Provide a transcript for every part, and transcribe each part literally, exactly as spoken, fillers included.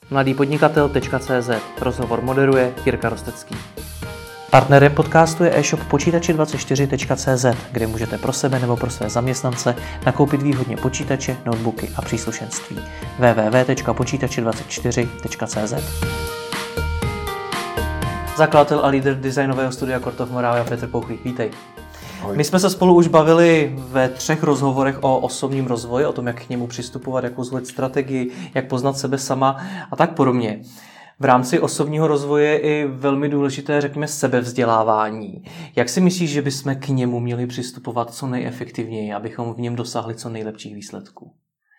mladý podnikatel tečka cé zet. Rozhovor moderuje Jirka Rostecký. Partnerem podcastu je e-shop počítače dvacet čtyři tečka cé zet, kde můžete pro sebe nebo pro své zaměstnance nakoupit výhodně počítače, notebooky a příslušenství. w w w tečka počítače dvacet čtyři tečka cé zet. Zakladatel a lídr designového studia Kortov Moravia Petr Pouchlík, vítej. My jsme se spolu už bavili ve třech rozhovorech o osobním rozvoji, o tom, jak k němu přistupovat, jak zvolit strategii, jak poznat sebe sama a tak podobně. V rámci osobního rozvoje je i velmi důležité, řekněme, sebevzdělávání. Jak si myslíš, že bychom k němu měli přistupovat co nejefektivněji, abychom v něm dosáhli co nejlepších výsledků?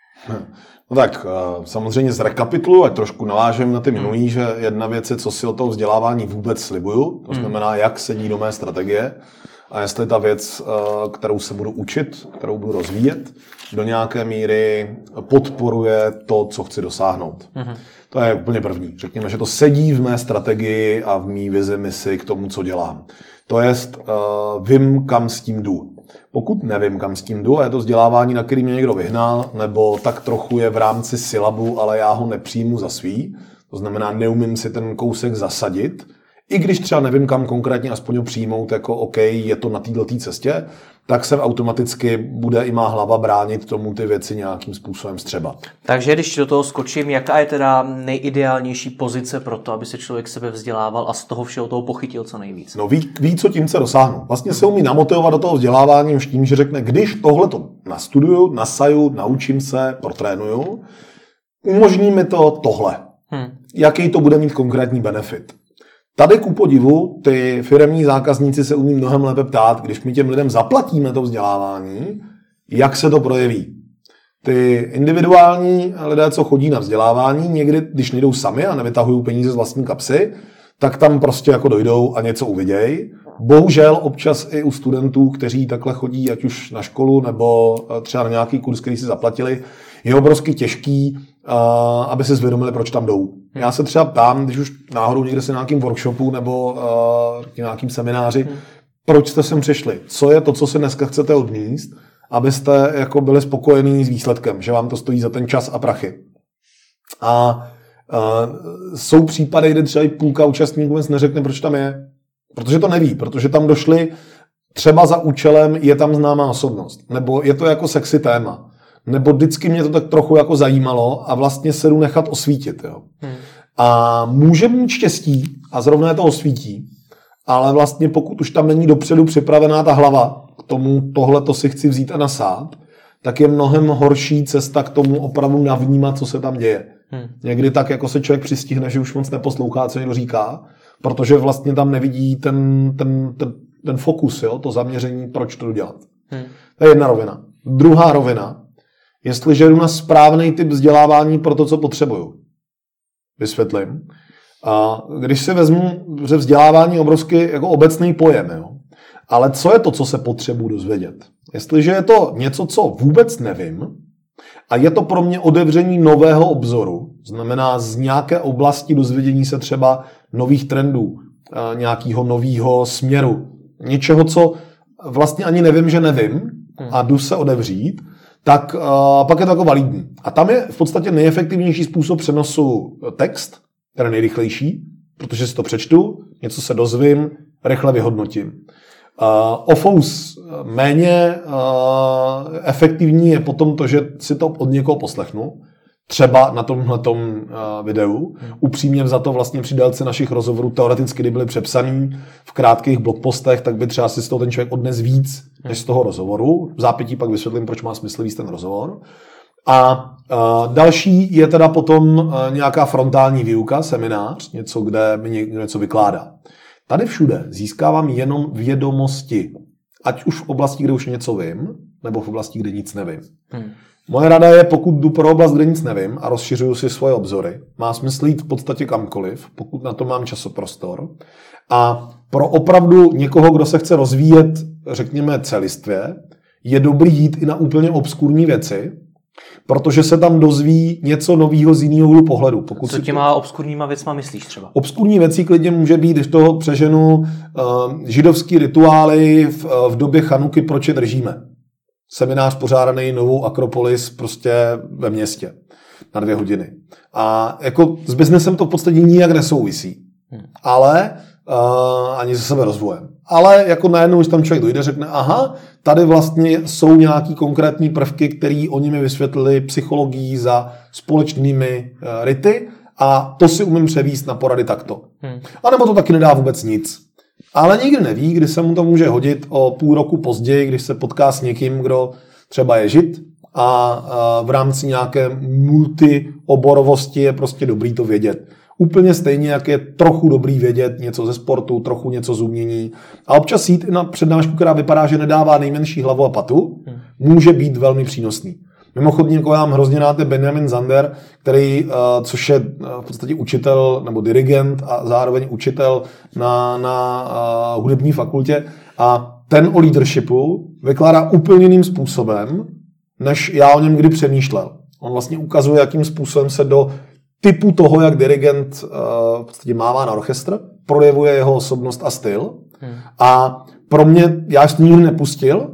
No tak samozřejmě zrekapituluji, ať trošku navážem na ty minulý, že jedna věc je, co si o toho vzdělávání vůbec slibuju, to znamená, jak sedí do mé strategie a jestli ta věc, kterou se budu učit, kterou budu rozvíjet, do nějaké míry podporuje to, co chci dosáhnout. Mm-hmm. To je úplně první. Řekněme, že to sedí v mé strategii a v mý vizi, misi k tomu, co dělám. To jest, vím, kam s tím jdu. Pokud nevím, kam s tím jdu, a je to vzdělávání, na který mě někdo vyhnal, nebo tak trochu je v rámci syllabu, ale já ho nepřijmu za svý, to znamená, neumím si ten kousek zasadit, i když třeba nevím, kam konkrétně aspoň ho přijmout, jako OK, je to na této cestě, tak se automaticky bude i má hlava bránit tomu ty věci nějakým způsobem střebat. Takže když do toho skočím, jaká je teda nejideálnější pozice pro to, aby se člověk sebe vzdělával a z toho všeho toho pochytil co nejvíc? No ví, ví co tím chce dosáhnout. Vlastně se umí namotivovat do toho vzdělávání už tím, že řekne, když tohleto nastuduju, nasaju, naučím se, protrénuju, umožní mi to tohle. Hmm. Jaký to bude mít konkrétní benefit? Tady ku podivu ty firemní zákazníci se umí mnohem lépe ptát, když my těm lidem zaplatíme to vzdělávání, jak se to projeví. Ty individuální lidé, co chodí na vzdělávání, někdy, když nejdou sami a nevytahují peníze z vlastní kapsy, tak tam prostě jako dojdou a něco uvidějí. Bohužel občas i u studentů, kteří takhle chodí, ať už na školu nebo třeba na nějaký kurz, který si zaplatili, je obrovsky těžký, aby si zvědomili, proč tam jdou. Já se třeba ptám, když už náhodou někde se na nějakým workshopu nebo uh, nějakým semináři, hmm. proč jste sem přišli? Co je to, co si dneska chcete odníst, abyste jako byli spokojení s výsledkem, že vám to stojí za ten čas a prachy. A uh, jsou případy, kde třeba i půlka účastníků vůbec neřekne, proč tam je. Protože to neví, protože tam došli třeba za účelem, je tam známá osobnost. Nebo je to jako sexy téma. Nebo vždycky mě to tak trochu jako zajímalo a vlastně se jdu nechat osvítit. Jo. Hmm. A může mít štěstí a zrovna je to osvítí, ale vlastně pokud už tam není dopředu připravená ta hlava k tomu, tohle to si chci vzít a nasát, tak je mnohem horší cesta k tomu opravdu navnímat, co se tam děje. Hmm. Někdy tak jako se člověk přistihne, že už moc neposlouchá, co někdo říká, protože vlastně tam nevidí ten, ten, ten, ten fokus, jo, to zaměření, proč to dělat. Hmm. To je jedna rovina. Druhá rovina, jestliže jdu na správný typ vzdělávání pro to, co potřebuju. Vysvětlím. A když si vezmu, že vzdělávání je obrovský jako obecný pojem, jo? Ale co je to, co se potřebuji dozvědět? Jestliže je to něco, co vůbec nevím, a je to pro mě otevření nového obzoru, znamená z nějaké oblasti dozvědění se třeba nových trendů, nějakého nového směru, něčeho, co vlastně ani nevím, že nevím, a jdu se otevřít, tak uh, pak je to jako validní. A tam je v podstatě nejefektivnější způsob přenosu text, ten je nejrychlejší, protože si to přečtu, něco se dozvím, rychle vyhodnotím. Uh, ofous méně uh, efektivní je potom to, že si to od někoho poslechnu, třeba na tomhletom uh, videu. Hmm. Upřímně vzato vlastně při délce našich rozhovorů teoreticky, kdy byly přepsaný v krátkých blogpostech, tak by třeba si z toho ten člověk odnes víc, než z toho rozhovoru. V zápětí pak vysvětlím, proč má smysl víc ten rozhovor. A uh, další je teda potom uh, nějaká frontální výuka, seminář, něco, kde mi někdo něco vykládá. Tady všude získávám jenom vědomosti. Ať už v oblasti, kde už něco vím, nebo v oblasti, kde nic nevím. Hmm. Moje rada je, pokud jdu pro oblast, kde nic nevím a rozšiřuju si svoje obzory, má smysl jít v podstatě kamkoliv, pokud na to mám časoprostor. A pro opravdu někoho, kdo se chce rozvíjet, řekněme celistvě, je dobrý jít i na úplně obskurní věci, protože se tam dozví něco nového z jiného úhlu pohledu. Pokud Co těma to... obskurníma věcma myslíš třeba? Obskurní věcí klidně může být, když toho přeženu, uh, židovský rituály v, uh, v době Chanuky, proč je držíme. Seminář pořádaný Novou Akropolis prostě ve městě. na dvě hodiny. A jako s biznesem to v podstatě nijak nesouvisí. Hmm. Ale uh, ani se sebe rozvojem. Ale jako najednou, když tam člověk dojde, řekne, aha, tady vlastně jsou nějaký konkrétní prvky, které oni mi vysvětlili psychologií za společnými uh, rity a to si umím převíst na porady takto. Hmm. A nebo to taky nedá vůbec nic. Ale nikdy neví, kdy se mu to může hodit o půl roku později, když se potká s někým, kdo třeba je žid a, a v rámci nějaké multioborovosti je prostě dobrý to vědět. Úplně stejně, jak je trochu dobrý vědět něco ze sportu, trochu něco z umění. A občas jít i na přednášku, která vypadá, že nedává nejmenší hlavu a patu, může být velmi přínosný. Mimochodně, jako já mám hrozně rád, je Benjamin Zander, který, což je v podstatě učitel nebo dirigent a zároveň učitel na, na hudební fakultě. A ten o leadershipu vykládá úplně jiným způsobem, než já o něm kdy přemýšlel. On vlastně ukazuje, jakým způsobem se do typu toho, jak dirigent v podstatě mává na orchestr, projevuje jeho osobnost a styl. Hmm. A pro mě, já jsem nikdy nepustil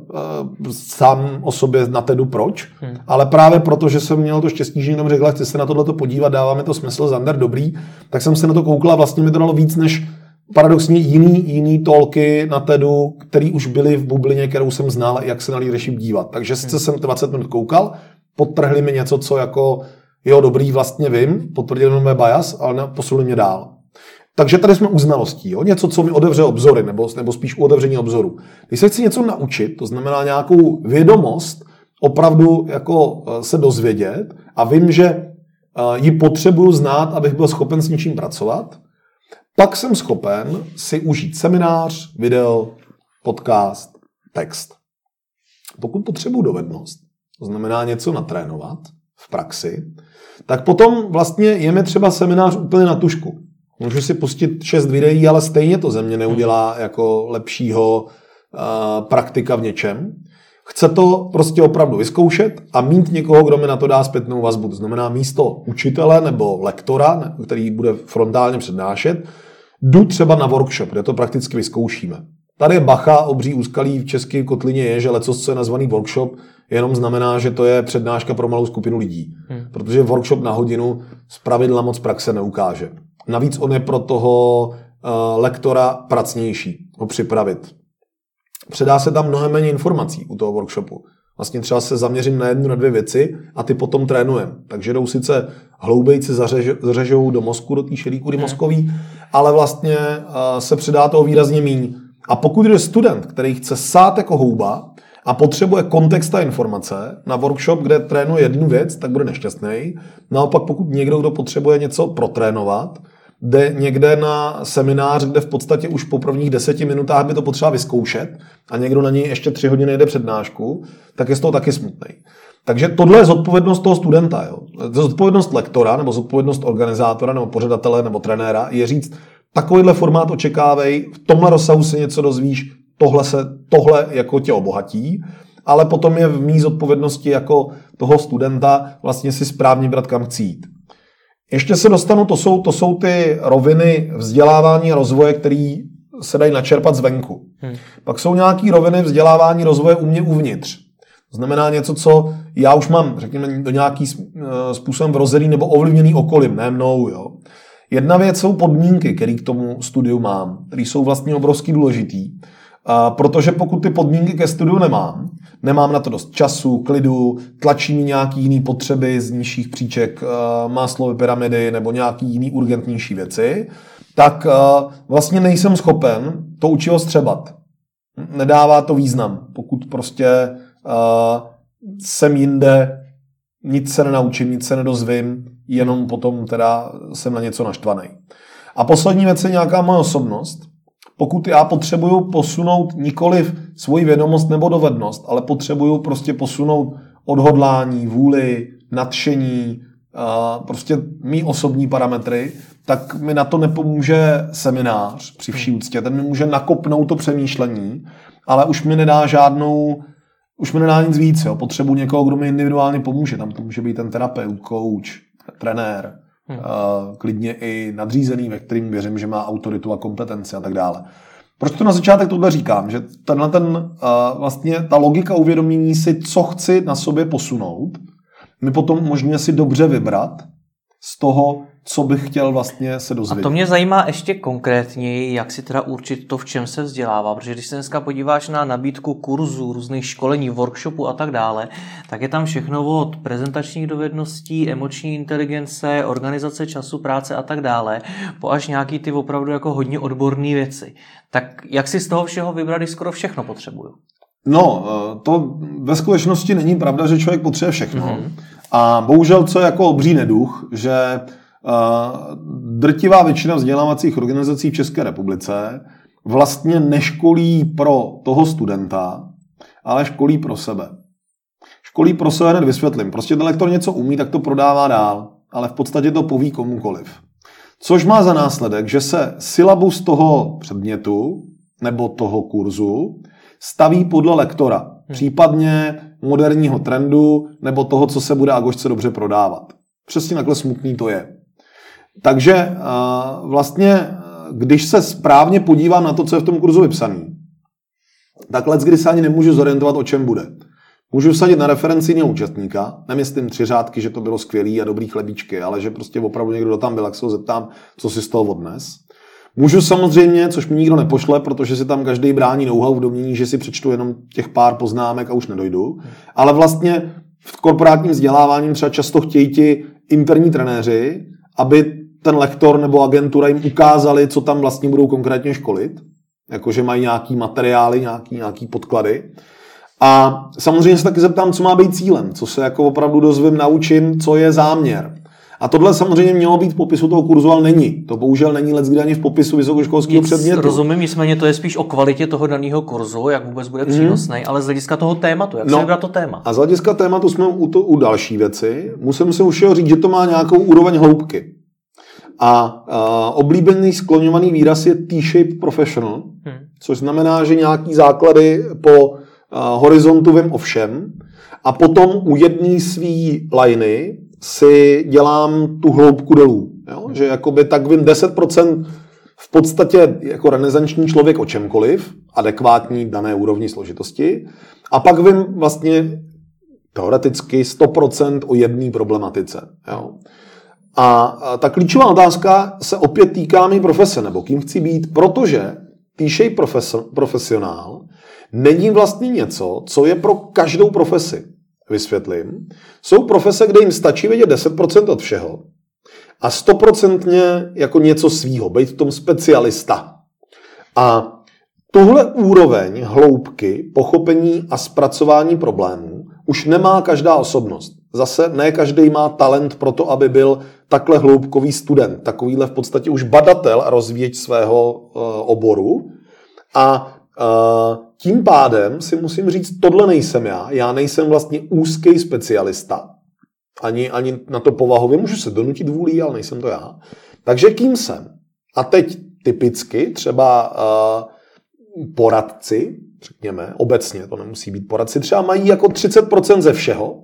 sám o sobě na TEDu proč, hmm. ale právě proto, že jsem měl to štěstí, že někdo řekl, chci se na tohleto podívat, dává mi to smysl, Zander dobrý, tak jsem se na to koukal a vlastně mi to dalo víc než paradoxně jiný, jiný talky na TEDu, který už byly v bublině, kterou jsem znal, jak se na leadership dívat. Takže sice hmm. jsem dvacet minut koukal, podtrhli mi něco, co jako jo, dobrý, vlastně vím, potvrdili mé bias, ale posunuli mě dál. Takže tady jsme u znalostí, jo? Něco, co mi otevře obzory, nebo, nebo spíš u otevření obzoru. Když se chci něco naučit, to znamená nějakou vědomost, opravdu jako se dozvědět a vím, že ji potřebuju znát, abych byl schopen s něčím pracovat, pak jsem schopen si užít seminář, video, podcast, text. Pokud potřebuju dovednost, to znamená něco natrénovat v praxi, tak potom vlastně je mi třeba seminář úplně na tušku. Můžu si pustit šest videí, ale stejně to ze mě neudělá jako lepšího uh, praktika v něčem. Chce to prostě opravdu vyzkoušet a mít někoho, kdo mi na to dá zpětnou vazbu. To znamená místo učitele nebo lektora, který bude frontálně přednášet, jdu třeba na workshop, kde to prakticky vyzkoušíme. Tady je bacha, obří úskalí v české kotlině je, že lecos, co je nazvaný workshop, jenom znamená, že to je přednáška pro malou skupinu lidí. Hmm. Protože workshop na hodinu zpravidla moc praxe neukáže. Navíc on je pro toho uh, lektora pracnější ho připravit. Předá se tam mnohem méně informací u toho workshopu. Vlastně třeba se zaměřím na jednu, na dvě věci a ty potom trénujeme. Takže jdou sice hloubejci zařež, zařežou do mozku, do té šedý kudy mozkový, ale vlastně uh, se předá toho výrazně míň. A pokud je student, který chce sát jako houba a potřebuje kontext a informace na workshop, kde trénuje jednu věc, tak bude nešťastný. Naopak pokud někdo, kdo potřebuje něco protrénovat, jde někde na seminář, kde v podstatě už po prvních deseti minutách by to potřeba vyzkoušet a někdo na něj ještě tři hodiny jede přednášku, tak je z toho taky smutný. Takže tohle je zodpovědnost toho studenta. Jo. Zodpovědnost lektora nebo zodpovědnost organizátora nebo pořadatele nebo trenéra je říct, takovýhle formát očekávej, v tomhle rozsahu se něco dozvíš, tohle, se, tohle jako tě obohatí, ale potom je v mý zodpovědnosti jako toho studenta vlastně si správně brát, kam chci jít. Ještě se dostanu, to jsou, to jsou ty roviny vzdělávání a rozvoje, které se dají načerpat zvenku. Hmm. Pak jsou nějaké roviny vzdělávání rozvoje u mě uvnitř. To znamená něco, co já už mám, řekněme, do nějakým způsobem vrozený nebo ovlivněný okolím, ne mnou. Jo. Jedna věc jsou podmínky, které k tomu studiu mám, které jsou vlastně obrovsky důležitý. A protože pokud ty podmínky ke studiu nemám, nemám na to dost času, klidu, tlačí mi nějaký jiný potřeby z nižších příček Maslowy pyramidy nebo nějaký jiný urgentnější věci, tak vlastně nejsem schopen to učivo střebat. Nedává to význam, pokud prostě jsem jinde, nic se nenaučím, nic se nedozvím, jenom potom teda jsem na něco naštvaný. A poslední věc je nějaká moje osobnost. Pokud já potřebuju posunout nikoliv svoji vědomost nebo dovednost, ale potřebuju prostě posunout odhodlání, vůli, nadšení, prostě mý osobní parametry, tak mi na to nepomůže seminář při vší úctě. Ten mi může nakopnout to přemýšlení, ale už mi nedá žádnou, už mi nedá nic víc. Jo. Potřebuji někoho, kdo mi individuálně pomůže. Tam to může být ten terapeut, coach, trenér, Hmm. Uh, klidně i nadřízený, ve kterým věřím, že má autoritu a kompetenci a tak dále. Proč to na začátek tohle říkám? Že tenhle ten, uh, vlastně ta logika uvědomění si, co chci na sobě posunout, mi potom možně si dobře vybrat z toho, co bych chtěl vlastně se dozvědět. A to mě zajímá ještě konkrétněji, jak si teda určit to, v čem se vzdělává, protože když se dneska podíváš na nabídku kurzů, různých školení, workshopů a tak dále, tak je tam všechno od prezentačních dovedností, emoční inteligence, organizace času, práce a tak dále, po až nějaký ty opravdu jako hodně odborné věci. Tak jak si z toho všeho vybrat, když skoro všechno potřebuju? No, to ve skutečnosti není pravda, že člověk potřebuje všechno. Mm-hmm. A bohužel, co je jako obří neduch, že uh, drtivá většina vzdělávacích organizací v České republice vlastně neškolí pro toho studenta, ale školí pro sebe. Školí pro sebe, hned vysvětlím. Prostě ten lektor něco umí, tak to prodává dál, ale v podstatě to poví komukoliv. Což má za následek, že se syllabus toho předmětu nebo toho kurzu staví podle lektora, hmm. případně moderního trendu nebo toho, co se bude Agošce dobře prodávat. Přesně takhle smutný to je. Takže vlastně, když se správně podívám na to, co je v tom kurzu vypsaný, tak leckdy se ani nemůžu zorientovat, o čem bude. Můžu vsadit na referencijního účastníka, nemyslím tři řádky, že to bylo skvělý a dobrý chlebíčky, ale že prostě opravdu někdo tam byl, jak se ho zeptám, co si z toho odnes. Můžu samozřejmě, což mi nikdo nepošle, protože si tam každý brání know-how v domění, že si přečtu jenom těch pár poznámek a už nedojdu. Ale vlastně v korporátním vzdělávání třeba často chtějí ti interní trenéři, aby ten lektor nebo agentura jim ukázali, co tam vlastně budou konkrétně školit. Jakože mají nějaký materiály, nějaký, nějaký podklady. A samozřejmě se taky zeptám, co má být cílem, co se jako opravdu dozvím, naučím, co je záměr. A tohle samozřejmě mělo být v popisu toho kurzu, ale není. To bohužel není leckdy ani v popisu vysokoškolského předmětu. Rozumím, nicméně to je spíš o kvalitě toho daného kurzu, jak vůbec bude přínosný, mm. ale z hlediska toho tématu, jak no, se vybrat to téma. A z hlediska tématu jsme u, to, u další věci. Musím si už říct, že to má nějakou úroveň hloubky. A, a oblíbený skloňovaný výraz je T-shaped professional, hmm. což znamená, že nějaký základy po a, horizontu vím o všem a potom u jedné svý liny si dělám tu hloubku dolů. Jo? Že jakoby tak vím deset procent v podstatě jako renesanční člověk o čemkoliv, adekvátní dané úrovni složitosti, a pak vím vlastně teoreticky sto procent o jedné problematice. Jo? A ta klíčová otázka se opět týká mý profese, nebo kým chci být, protože píšej profesionál není vlastně něco, co je pro každou profesi. Vysvětlím. Jsou profese, kde jim stačí vědět deset procent od všeho a sto procent jako něco svýho, být v tom specialista. A tuhle úroveň hloubky, pochopení a zpracování problémů už nemá každá osobnost. Zase ne každý má talent pro to, aby byl takhle hloubkový student, takovýhle v podstatě už badatel a rozvíječ svého uh, oboru. A uh, tím pádem si musím říct, tohle nejsem já. Já nejsem vlastně úzký specialista. Ani, ani na to povahově můžu se donutit vůlí, ale nejsem to já. Takže kým jsem? A teď typicky třeba uh, poradci, řekněme, obecně to nemusí být poradci, třeba mají jako třicet procent ze všeho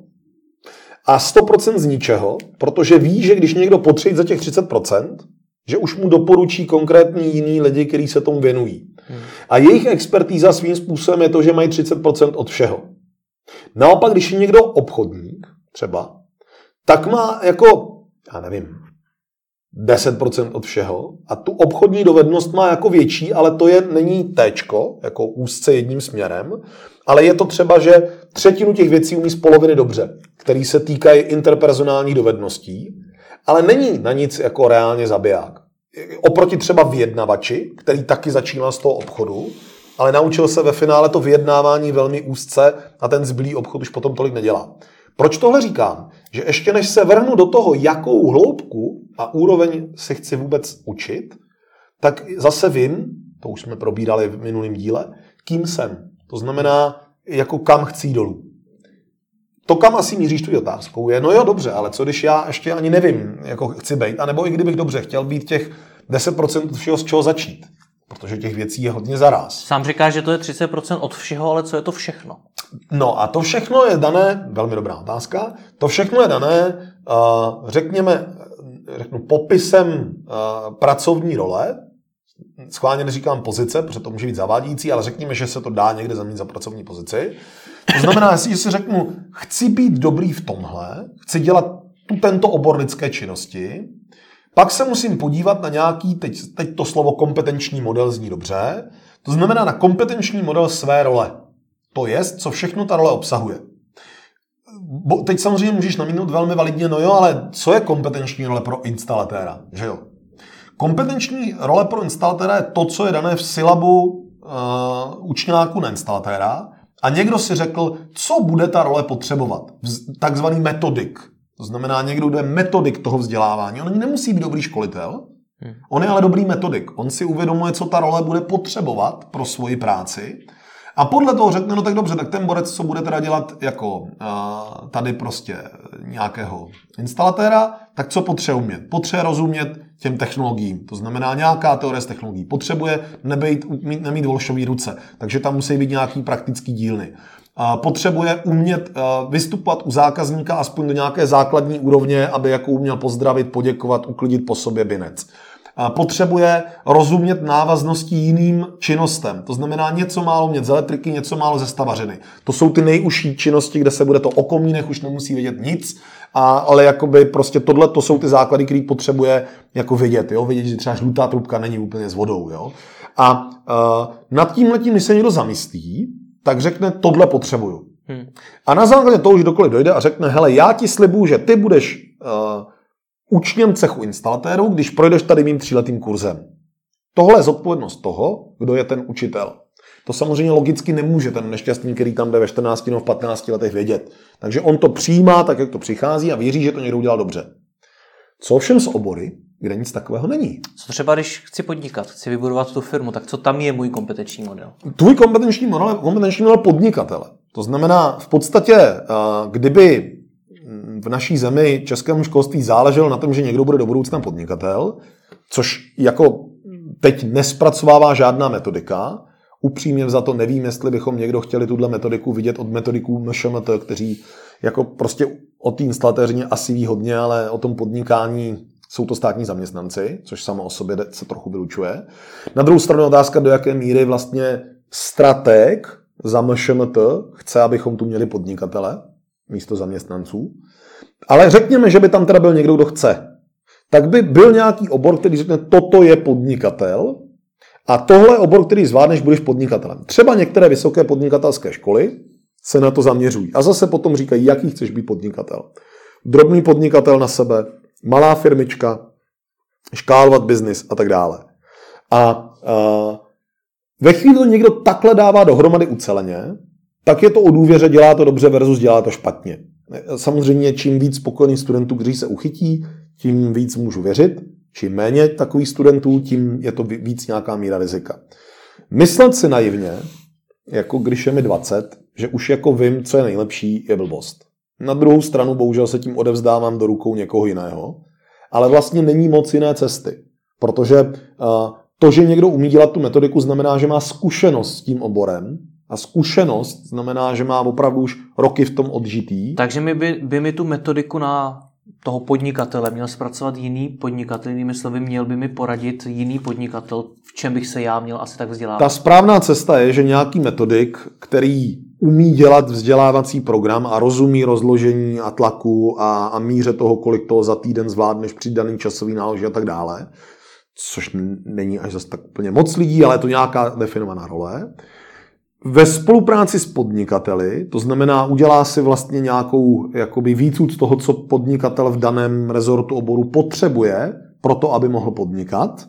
a sto procent z ničeho, protože ví, že když někdo potřebuje za těch třicet procent, že už mu doporučí konkrétní jiný lidi, kteří se tomu věnují. Hmm. A jejich expertíza svým způsobem je to, že mají třicet procent od všeho. Naopak, když je někdo obchodník, třeba, tak má jako, já nevím, deset procent od všeho a tu obchodní dovednost má jako větší, ale to je, není téčko, jako úzce jedním směrem, ale je to třeba, že třetinu těch věcí umí z poloviny dobře, který se týkají interpersonálních dovedností, ale není na nic jako reálně zabiják. Oproti třeba vyjednavači, který taky začínal z toho obchodu, ale naučil se ve finále to vyjednávání velmi úzce a ten zbylý obchod už potom tolik nedělá. Proč tohle říkám? Že ještě než se vrhnu do toho, jakou hloubku a úroveň se chci vůbec učit, tak zase vím, to už jsme probírali v minulém díle, kým jsem. To znamená, jako kam chci jít dolů. To, kam asi míříš tu otázkou, je, no jo, dobře, ale co když já ještě ani nevím, jako chci být, anebo i kdybych dobře chtěl být těch deset procent všeho, z čeho začít. Protože těch věcí je hodně zaráz. Sám říkáš, že to je třicet procent od všeho, ale co je to všechno? No a to všechno je dané, velmi dobrá otázka, to všechno je dané, řekněme, řeknu, popisem pracovní role, schválně neříkám pozice, protože to může být zavádějící, ale řekněme, že se to dá někde zaměnit za pracovní pozici. To znamená, jestli si řeknu, chci být dobrý v tomhle, chci dělat tu tento obor lidské činnosti, pak se musím podívat na nějaký, teď, teď to slovo kompetenční model zní dobře, to znamená na kompetenční model své role. To je, co všechno ta role obsahuje. Bo teď samozřejmě můžeš namítnout velmi validně, no jo, ale co je kompetenční role pro instalatéra, že jo? Kompetenční role pro instalatéra je to, co je dané v syllabu uh, učňáku na instalatéra a někdo si řekl, co bude ta role potřebovat. Takzvaný metodik. To znamená někdo, kdo je metodik toho vzdělávání. On nemusí být dobrý školitel, hmm. on je ale dobrý metodik. On si uvědomuje, co ta role bude potřebovat pro svoji práci a podle toho řekne, no tak dobře, tak ten borec, co bude teda dělat jako uh, tady prostě nějakého instalatéra, tak co potřebuje umět? Potřebuje rozumět těm technologiím. To znamená nějaká teorie z technologií. Potřebuje nebejt, nemít volšový ruce, takže tam musí být nějaký praktický dílny. Potřebuje umět vystupovat u zákazníka aspoň do nějaké základní úrovně, aby jako uměl pozdravit, poděkovat, uklidit po sobě binec. Potřebuje rozumět návaznosti jiným činnostem. To znamená něco málo umět z elektriky, něco málo ze stavařiny. To jsou ty nejužší činnosti, kde se bude to o komínech, už nemusí vědět nic, a, ale jakoby prostě tohle to jsou ty základy, které potřebuje jako vědět. Jo? Vědět, že třeba žlutá trubka není úplně s vodou. Jo? A uh, nad tímhletím, když se někdo zamyslí, tak řekne, tohle potřebuju. Hmm. A na základě toho už kdokoliv dojde a řekne, hele, já ti slibuju, že ty budeš uh, učněm cechu instalatérů, když projdeš tady mým tříletým kurzem. Tohle je zodpovědnost toho, kdo je ten učitel. To samozřejmě logicky nemůže ten nešťastný, který tam jde ve čtrnácti nebo v patnácti letech vědět. Takže on to přijímá tak, jak to přichází a věří, že to někdo udělal dobře. Co ovšem s obory, kde nic takového není? Co třeba, když chci podnikat, chci vybudovat tu firmu, tak co tam je můj kompetenční model? Tvůj kompetenční model je kompetenční model podnikatele. To znamená, v podstatě, kdyby v naší zemi českému školství záleželo na tom, že někdo bude do budoucna podnikatel, což jako teď nespracovává žádná metodika, upřímně vzato nevím, jestli bychom někdo chtěli tuhle metodiku vidět od metodiků M Š M T, kteří jako prostě o té instalatéřině asi ví hodně, ale o tom podnikání jsou to státní zaměstnanci, což samo o sobě se trochu vylučuje. Na druhou stranu otázka, do jaké míry vlastně stratég za M Š M T chce, abychom tu měli podnikatele místo zaměstnanců. Ale řekněme, že by tam teda byl někdo, kdo chce. Tak by byl nějaký obor, který řekne, toto je podnikatel a tohle je obor, který zvládneš, budeš podnikatelem. Třeba některé vysoké podnikatelské školy se na to zaměřují. A zase potom říkají, jaký chceš být podnikatel. Drobný podnikatel na sebe, malá firmička, škálovat biznis a tak dále. A, a ve chvíli, kdy někdo takhle dává dohromady uceleně, tak je to o důvěře, dělá to dobře versus dělá to špatně. Samozřejmě čím víc spokojených studentů, kteří se uchytí, tím víc můžu věřit. Čím méně takových studentů, tím je to víc nějaká míra rizika. Myslet si naivně, jako když je mi dvacet, že už jako vím, co je nejlepší, je blbost. Na druhou stranu bohužel se tím odevzdávám do rukou někoho jiného, ale vlastně není moc jiné cesty. Protože to, že někdo umí dělat tu metodiku, znamená, že má zkušenost s tím oborem, a zkušenost znamená, že má opravdu už roky v tom odžitý. Takže mi by, by mi tu metodiku na toho podnikatele měl zpracovat jiný podnikatel, jinými slovy, měl by mi poradit jiný podnikatel, v čem bych se já měl asi tak vzdělávat. Ta správná cesta je, že nějaký metodik, který umí dělat vzdělávací program a rozumí rozložení a tlaku a, a míře toho, kolik toho za týden zvládneš při daný časový náloži a tak dále, což není až zase tak úplně moc lidí, ale je to nějaká definovaná role, ve spolupráci s podnikateli, to znamená, udělá si vlastně nějakou jakoby výcud z toho, co podnikatel v daném rezortu oboru potřebuje pro to, aby mohl podnikat.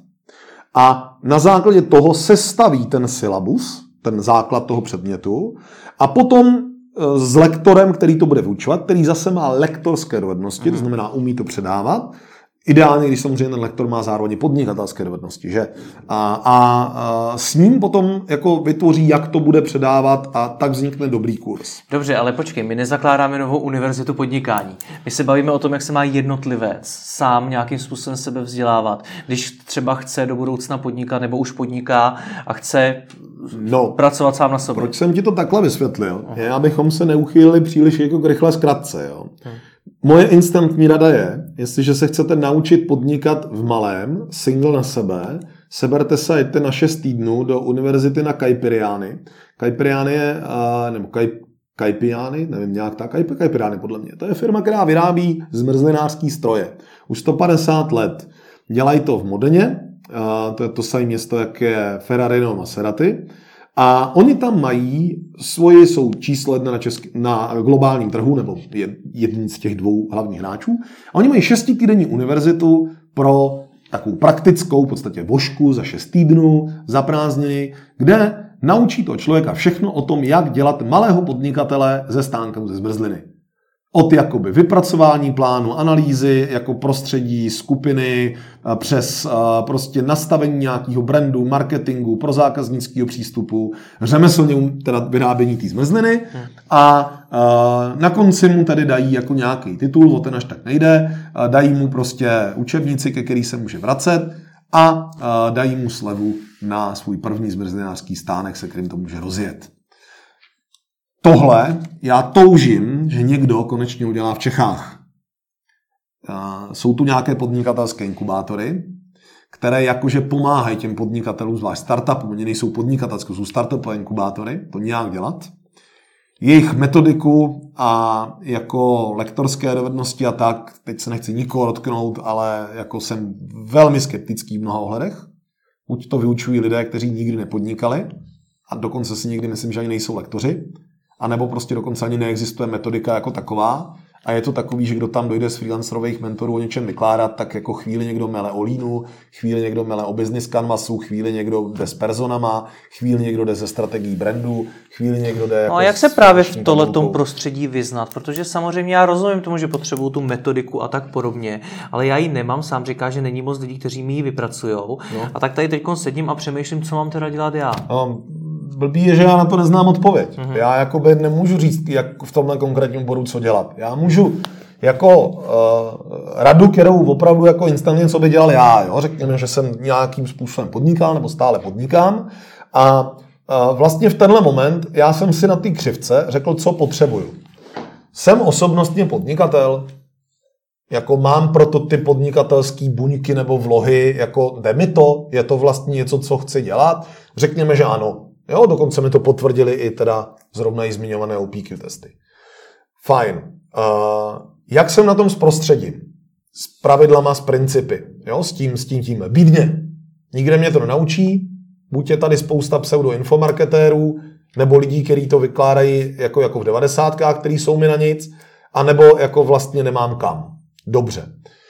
A na základě toho sestaví ten syllabus, ten základ toho předmětu, a potom s lektorem, který to bude vyučovat, který zase má lektorské dovednosti, mm. to znamená, umí to předávat. Ideálně, když samozřejmě ten lektor má zároveň podnikatelské dovednosti, že? A, a, a s ním potom jako vytvoří, jak to bude předávat a tak vznikne dobrý kurz. Dobře, ale počkej, my nezakládáme novou univerzitu podnikání. My se bavíme o tom, jak se má jednotlivec sám nějakým způsobem sebe vzdělávat. Když třeba chce do budoucna podnikat nebo už podniká a chce no, pracovat sám na sobě. Proč jsem ti to takhle vysvětlil? Je, abychom se neuchýlili příliš jako k rychlé zkratce. Jo? Hmm. Moje instantní rada je, jestliže se chcete naučit podnikat v malém, single na sebe, seberte se a jděte na šest týdnů do univerzity na Kaipiriány. Kaipiriány je, nebo Kajpiány, nevím, nějak tak, Kajpiány podle mě. To je firma, která vyrábí zmrzlinářský stroje. Už sto padesát let. Dělají to v Modeně, to je to samé město, jak je Ferrari nebo Maserati. A oni tam mají svoji, jsou číslo jedna na, český, na globálním trhu, nebo jedním z těch dvou hlavních hráčů. A oni mají šestitýdenní univerzitu pro takovou praktickou, v podstatě vošku za šest týdnů, za prázdniny, kde naučí toho člověka všechno o tom, jak dělat malého podnikatele ze stánkem ze zmrzliny. Od jakoby vypracování plánu, analýzy, jako prostředí, skupiny, přes prostě nastavení nějakého brandu, marketingu, pro zákaznického přístupu, řemeslně teda vyrábění té zmrzliny a na konci mu tady dají jako nějaký titul, o ten až tak nejde, dají mu prostě učebnici, ke který se může vracet a dají mu slevu na svůj první zmrzlinářský stánek, se kterým to může rozjet. Tohle já toužím, že někdo konečně udělá v Čechách. Jsou tu nějaké podnikatelské inkubátory, které jakože pomáhají těm podnikatelům, zvlášť startupům, oni nejsou podnikatelské, jsou startupové inkubátory, to nějak dělat. Jejich metodiku a jako lektorské dovednosti a tak, teď se nechci nikoho dotknout, ale jako jsem velmi skeptický v mnoha ohledech. Buď to vyučují lidé, kteří nikdy nepodnikali, a dokonce si nikdy myslím, že ani nejsou lektoři, a nebo prostě dokonce ani neexistuje metodika jako taková a je to takový, že kdo tam dojde z freelancerových mentorů o něčem vykládat, tak jako chvíli někdo mele o línu, chvíli někdo mele o business canvasu, chvíli někdo jde s personama, chvíli někdo jde ze strategií brandu, chvíli někdo jde jako... No a jak se právě v tohletom prostředí vyznat? Protože samozřejmě já rozumím tomu, že potřebuju tu metodiku a tak podobně, ale já ji nemám, sám říká, že není moc lidí, kteří mi ji vypracujou. No. A tak tady teď sedím a přemýšlím, co mám teda dělat já. Um, Blbý je, že já na to neznám odpověď. Mm-hmm. Já jakoby nemůžu říct, jak v tomhle konkrétním bodu co dělat. Já můžu jako uh, radu, kterou opravdu jako instantně co by dělal já. Jo? Řekněme, že jsem nějakým způsobem podnikal nebo stále podnikám a uh, vlastně v tenhle moment já jsem si na té křivce řekl, co potřebuju. Jsem osobnostně podnikatel, jako mám proto ty podnikatelský buňky nebo vlohy, jako jde mi to, je to vlastně něco, co chci dělat? Řekněme, že ano. Jo, dokonce mi to potvrdili i teda zrovna i zmiňované O P Q testy. Fajn. Uh, jak jsem na tom s prostředím? S pravidlama, s principy. Jo, s tím, s tím, tím. Bídně. Nikde mě to nenaučí. Buď je tady spousta pseudo-infomarketérů, nebo lidí, kteří to vykládají jako, jako v devadesátkách, který jsou mi na nic, anebo jako vlastně nemám kam. Dobře.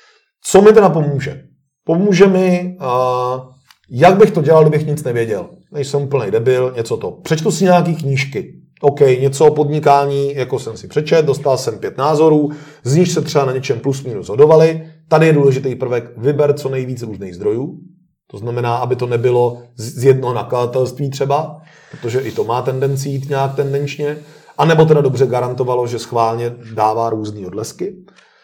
Co mi teda pomůže? Pomůže mi, uh, jak bych to dělal, kdybych nic nevěděl. Nejsem úplnej debil, něco to. Přečtu si nějaký knížky. OK, něco o podnikání, jako jsem si přečet, dostal jsem pět názorů, z nich se třeba na něčem plus minus hodovali. Tady je důležitý prvek, vyber co nejvíc různých zdrojů. To znamená, aby to nebylo z jednoho nakladatelství třeba, protože i to má tendenci jít nějak tendenčně, anebo teda dobře garantovalo, že schválně dává různý odlesky.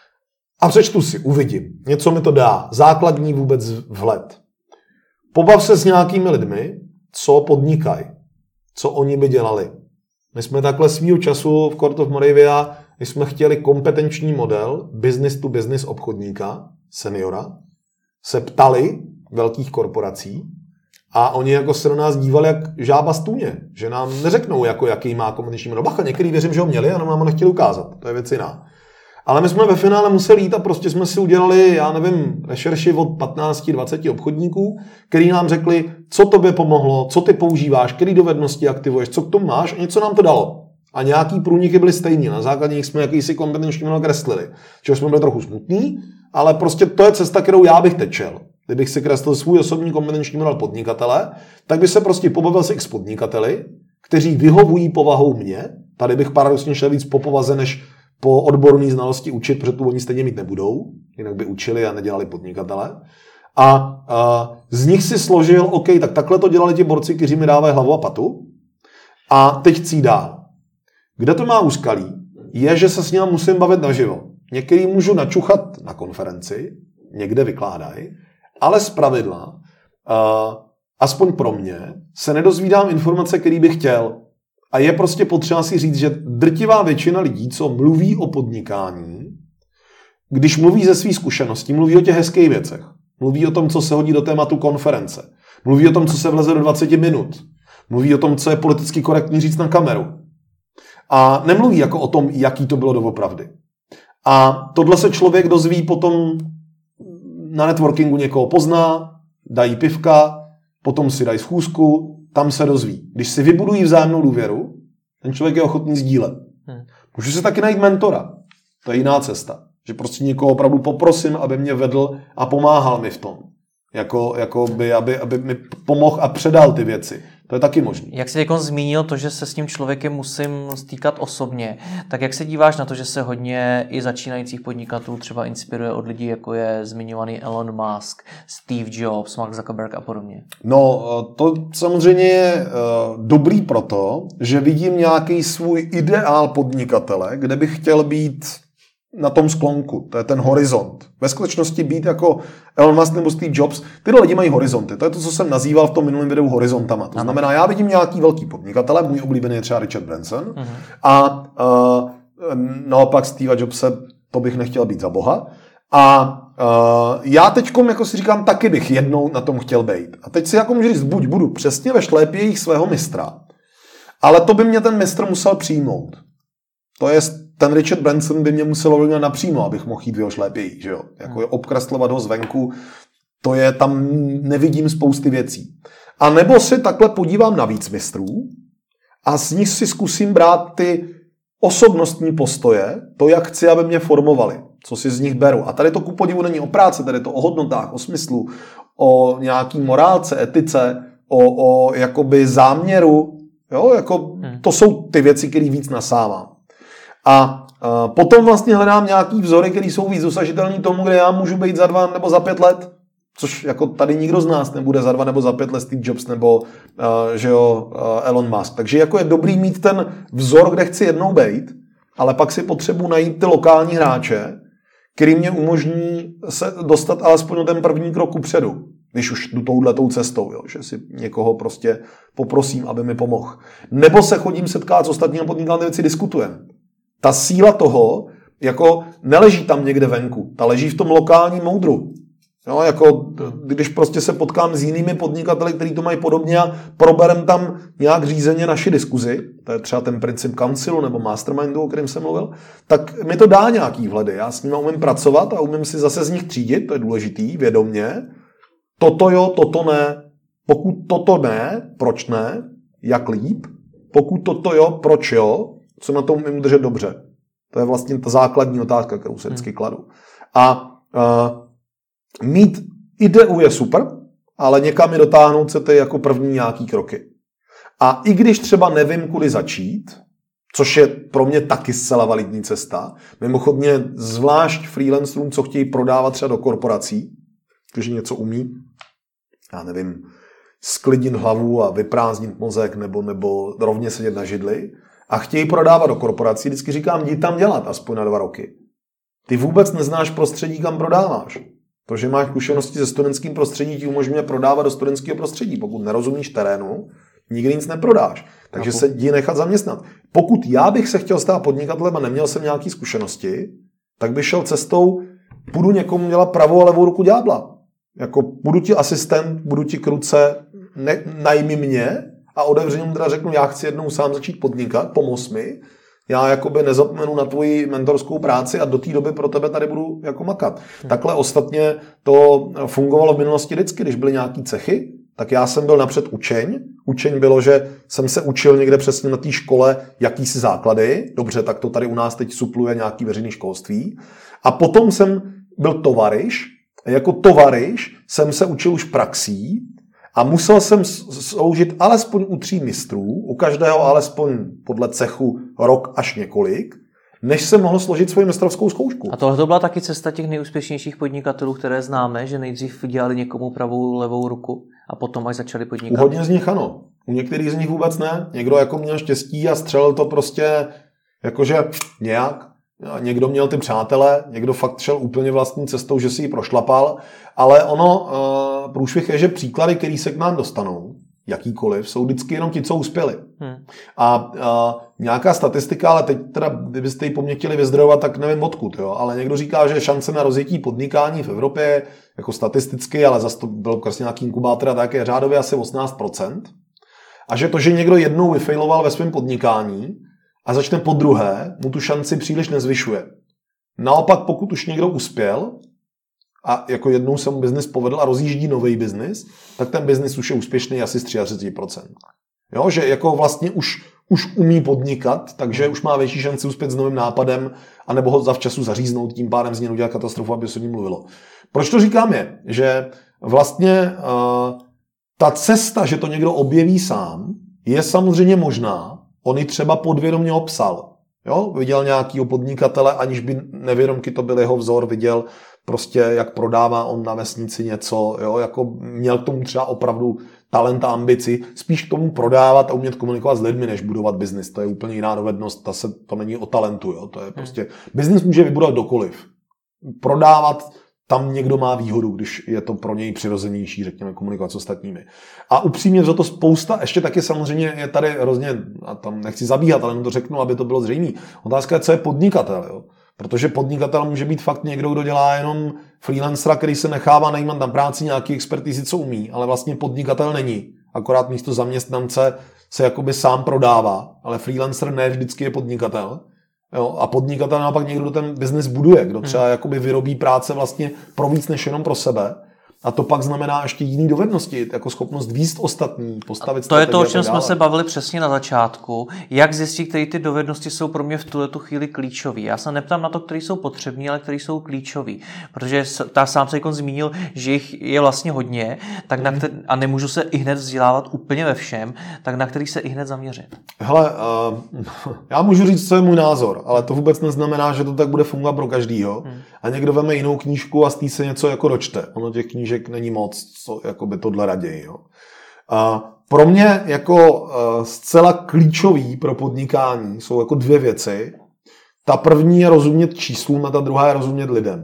A přečtu si, uvidím. Něco mi to dá. Základní vůbec vhled. Pobav se s nějakými lidmi, co podnikají, co oni by dělali. My jsme takhle svýho času v Court of Moravia, my jsme chtěli kompetenční model business to business obchodníka, seniora, se ptali velkých korporací a oni jako se na nás dívali jak žába stůně, že nám neřeknou, jako jaký má kompetenční model. Bacha, některý věřím, že ho měli a nám ho nechtěli ukázat. To je věc jiná. Ale my jsme ve finále museli jít a prostě jsme si udělali, já nevím, rešerši od patnáct dvacet obchodníků, který nám řekli, co tobě pomohlo, co ty používáš, který dovednosti aktivuješ, co k tomu máš, a něco nám to dalo. A nějaký průniky byly stejný, na základě nich jsme jakýsi kompetenční model kreslili. Čeho jsme byli trochu smutní, ale prostě to je cesta, kterou já bych tečel. Kdybych si kreslil svůj osobní kompetenční model podnikatele, tak by se prostě pobavil s x podnikateli, kteří vyhovují povahou mě. Tady bych paradoxně šel víc po povaze, než po odborné znalosti učit, protože tu oni stejně mít nebudou, jinak by učili a nedělali podnikatele. A, a z nich si složil, OK, tak takhle to dělali ti borci, kteří mi dávají hlavu a patu. A teď chci dál. Kde to má úskalí, je, že se s ním musím bavit naživo. Některý můžu načuchat na konferenci, někde vykládají, ale zpravidla, uh, aspoň pro mě, se nedozvídám informace, které bych chtěl. A je prostě potřeba si říct, že drtivá většina lidí, co mluví o podnikání, když mluví ze svých zkušeností, mluví o těch hezkých věcech. Mluví o tom, co se hodí do tématu konference. Mluví o tom, co se vleze do dvacet minut. Mluví o tom, co je politicky korektní říct na kameru. A nemluví jako o tom, jaký to bylo doopravdy. A tohle se člověk dozví potom na networkingu, někoho pozná, dají pivka, potom si dají schůzku, tam se dozví. Když si vybudují vzájemnou důvěru, ten člověk je ochotný sdílet. Hmm. Můžu si taky najít mentora. To je jiná cesta. Že prostě někoho opravdu poprosím, aby mě vedl a pomáhal mi v tom. Jako, jako by, aby, aby mi pomohl a předal ty věci. To je taky možné. Jak jsi jako zmínil to, že se s tím člověkem musím stýkat osobně, tak jak se díváš na to, že se hodně i začínajících podnikatelů třeba inspiruje od lidí, jako je zmiňovaný Elon Musk, Steve Jobs, Mark Zuckerberg a podobně? No, to samozřejmě je dobrý proto, že vidím nějaký svůj ideál podnikatele, kde bych chtěl být na tom sklonku, to je ten horizont. Ve skutečnosti být jako Elon Musk nebo Steve Jobs, tyhle lidi mají horizonty. To je to, co jsem nazýval v tom minulém videu horizontama. To znamená, já vidím nějaký velký podnikatele, můj oblíbený je třeba Richard Branson, uh-huh. a uh, naopak Steve Jobse, to bych nechtěl být za boha. A uh, já teďkom, jako si říkám, taky bych jednou na tom chtěl být. A teď si jako můžu říct, buď budu přesně ve šlépějích svého mistra, ale to by mě ten mistr musel přijmout. To je, ten Richard Branson by mě musel ovlivnit napřímo, abych mohl jít v jeho šlépěji, že jo? Jako je obkreslovat ho zvenku, to je, tam nevidím spousty věcí. A nebo si takhle podívám na víc mistrů a z nich si zkusím brát ty osobnostní postoje, to, jak chci, aby mě formovali, co si z nich beru. A tady to ku podivu není o práci, tady to o hodnotách, o smyslu, o nějaký morálce, etice, o, o jakoby záměru, jo? Jako, to jsou ty věci, které víc nasávám. A uh, potom vlastně hledám nějaký vzory, které jsou víc dosažitelný tomu, kde já můžu být za dva nebo za pět let, což jako tady nikdo z nás nebude za dva nebo za pět let Steve Jobs nebo uh, že jo, uh, Elon Musk. Takže jako je dobrý mít ten vzor, kde chci jednou být, ale pak si potřebuji najít ty lokální hráče, který mě umožní se dostat alespoň ten první krok kupředu, když už jdu touhletou cestou, jo, že si někoho prostě poprosím, aby mi pomohl. Nebo se chodím setkat s ostatními podnikatelmi, věci diskutujeme. Ta síla toho, jako neleží tam někde venku, ta leží v tom lokálním moudru. Jo, jako když prostě se potkám s jinými podnikateli, kteří to mají podobně a proberem tam nějak řízeně naši diskuzi, to je třeba ten princip councilu nebo mastermindu, o kterém jsem mluvil, tak mi to dá nějaký vhledy. Já s nimi umím pracovat a umím si zase z nich třídit, to je důležitý, vědomně. Toto jo, toto ne. Pokud toto ne, proč ne? Jak líp? Pokud toto jo, proč jo? Co na tom umím držet dobře? To je vlastně ta základní otázka, kterou se vždycky kladu. A uh, mít ideu je super, ale někam je dotáhnout se to jako první nějaký kroky. A i když třeba nevím, kudy začít, což je pro mě taky zcela validní cesta, mimochodně zvlášť freelancerům, co chtějí prodávat třeba do korporací, kteří něco umí, já nevím, sklidnit hlavu a vyprázdnit mozek nebo, nebo rovně sedět na židli a chtějí prodávat do korporací, vždycky říkám, jdi tam dělat aspoň na dva roky. Ty vůbec neznáš prostředí, kam prodáváš. To, že máš zkušenosti se studentským prostředí, ti umožňuje prodávat do studentského prostředí. Pokud nerozumíš terénu, nikdy nic neprodáš. Takže se jdi nechat zaměstnat. Pokud já bych se chtěl stát podnikatelem a neměl jsem nějaké zkušenosti, tak bych šel cestou, budu někomu dělat pravou a levou ruku ďábla. Jako budu ti asistent, budu ti k ruce, ne, najmi mě a otevřeně mu teda řeknu, já chci jednou sám začít podnikat, pomoz mi. Já jakoby nezapomenu na tvoji mentorskou práci a do té doby pro tebe tady budu jako makat. Hmm. Takhle ostatně to fungovalo v minulosti vždycky, když byly nějaký cechy, tak já jsem byl napřed učeň. Učeň bylo, že jsem se učil někde přesně na té škole jakýsi základy. Dobře, tak to tady u nás teď supluje nějaký veřejný školství. A potom jsem byl tovaryš. A jako tovaryš jsem se učil už praxí a musel jsem sloužit alespoň u tří mistrů, u každého alespoň podle cechu rok až několik, než jsem mohl složit svoji mistrovskou zkoušku. A tohle to byla taky cesta těch nejúspěšnějších podnikatelů, které známe, že nejdřív dělali někomu pravou levou ruku a potom až začali podnikat. U hodně z nich ano. U některých z nich vůbec ne. Někdo jako měl štěstí a střelil to prostě jakože nějak. A někdo měl ty přátele, někdo fakt šel úplně vlastní cestou, že si ji prošlapal, ale ono, uh, průšvih je, že příklady, které se k nám dostanou, jakýkoliv, jsou vždycky jenom ti, co uspěli. Hmm. A uh, nějaká statistika, ale teď teda, kdybyste ji po mně chtěli vyzdrojovat, tak nevím odkud, jo? Ale někdo říká, že šance na rozjetí podnikání v Evropě, jako statisticky, ale zase to byl prostě nějaký inkubátor, tak je řádově asi osmnáct procent. A že to, že někdo jednou vyfailoval ve svém podnikání, a začne po druhé, mu tu šanci příliš nezvyšuje. Naopak, pokud už někdo uspěl a jako jednou se mu biznis povedl a rozjíždí nový biznis, tak ten biznis už je úspěšný asi z třicet tři procent. Jo, že jako vlastně už, už umí podnikat, takže už má větší šanci uspět s novým nápadem, anebo ho zavčasu zaříznout, tím pádem z něj udělat katastrofu, aby se o ní mluvilo. Proč to říkám je, že vlastně uh, ta cesta, že to někdo objeví sám, je samozřejmě možná. On ji třeba podvědomě obsal. Jo? Viděl nějakýho podnikatele, aniž by nevědomky to byl jeho vzor, viděl prostě, jak prodává on na vesnici něco, jo? Jako měl k tomu třeba opravdu talent a ambici, spíš k tomu prodávat a umět komunikovat s lidmi, než budovat biznis. To je úplně jiná dovednost, ta se, to není o talentu. Jo? To je prostě, biznis může vybudovat kdokoliv. Prodávat tam někdo má výhodu, když je to pro něj přirozenější, řekněme, komunikovat s ostatními. A upřímně za to spousta, ještě taky samozřejmě je tady hrozně, a tam nechci zabíhat, ale to řeknu, aby to bylo zřejmé. Otázka je, co je podnikatel, jo? Protože podnikatel může být fakt někdo, kdo dělá jenom freelancera, který se nechává najímat na práci nějaký expertízy, co umí, ale vlastně podnikatel není. Akorát místo zaměstnance se jakoby sám prodává, ale freelancer ne vždycky je podnikatel. Jo, a podnikatel naopak někdo, kdo ten biznis buduje, kdo třeba hmm. jakoby vyrobí práce vlastně pro víc než jenom pro sebe. A to pak znamená ještě jiný dovednosti, jako schopnost víst ostatní, postavit strategii. To je to, o čem jsme se bavili přesně na začátku. Jak zjistit, které ty dovednosti jsou pro mě v tuhletu chvíli klíčové. Já se neptám na to, které jsou potřebné, ale které jsou klíčové. Protože ta sám se jako zmínil, že jich je vlastně hodně, tak na který, a nemůžu se i hned vzdělávat úplně ve všem, tak na který se i hned zaměřit. Hele, uh, já můžu říct, co je můj názor, ale to vůbec neznamená, že to tak bude fungovat pro každýho. Hmm. A někdo veme jinou knížku a z té se něco jako dočte. Ono těch knížek není moc, co jako by tohle raději. Jo. A pro mě jako uh, zcela klíčový pro podnikání jsou jako dvě věci. Ta první je rozumět číslům a ta druhá je rozumět lidem.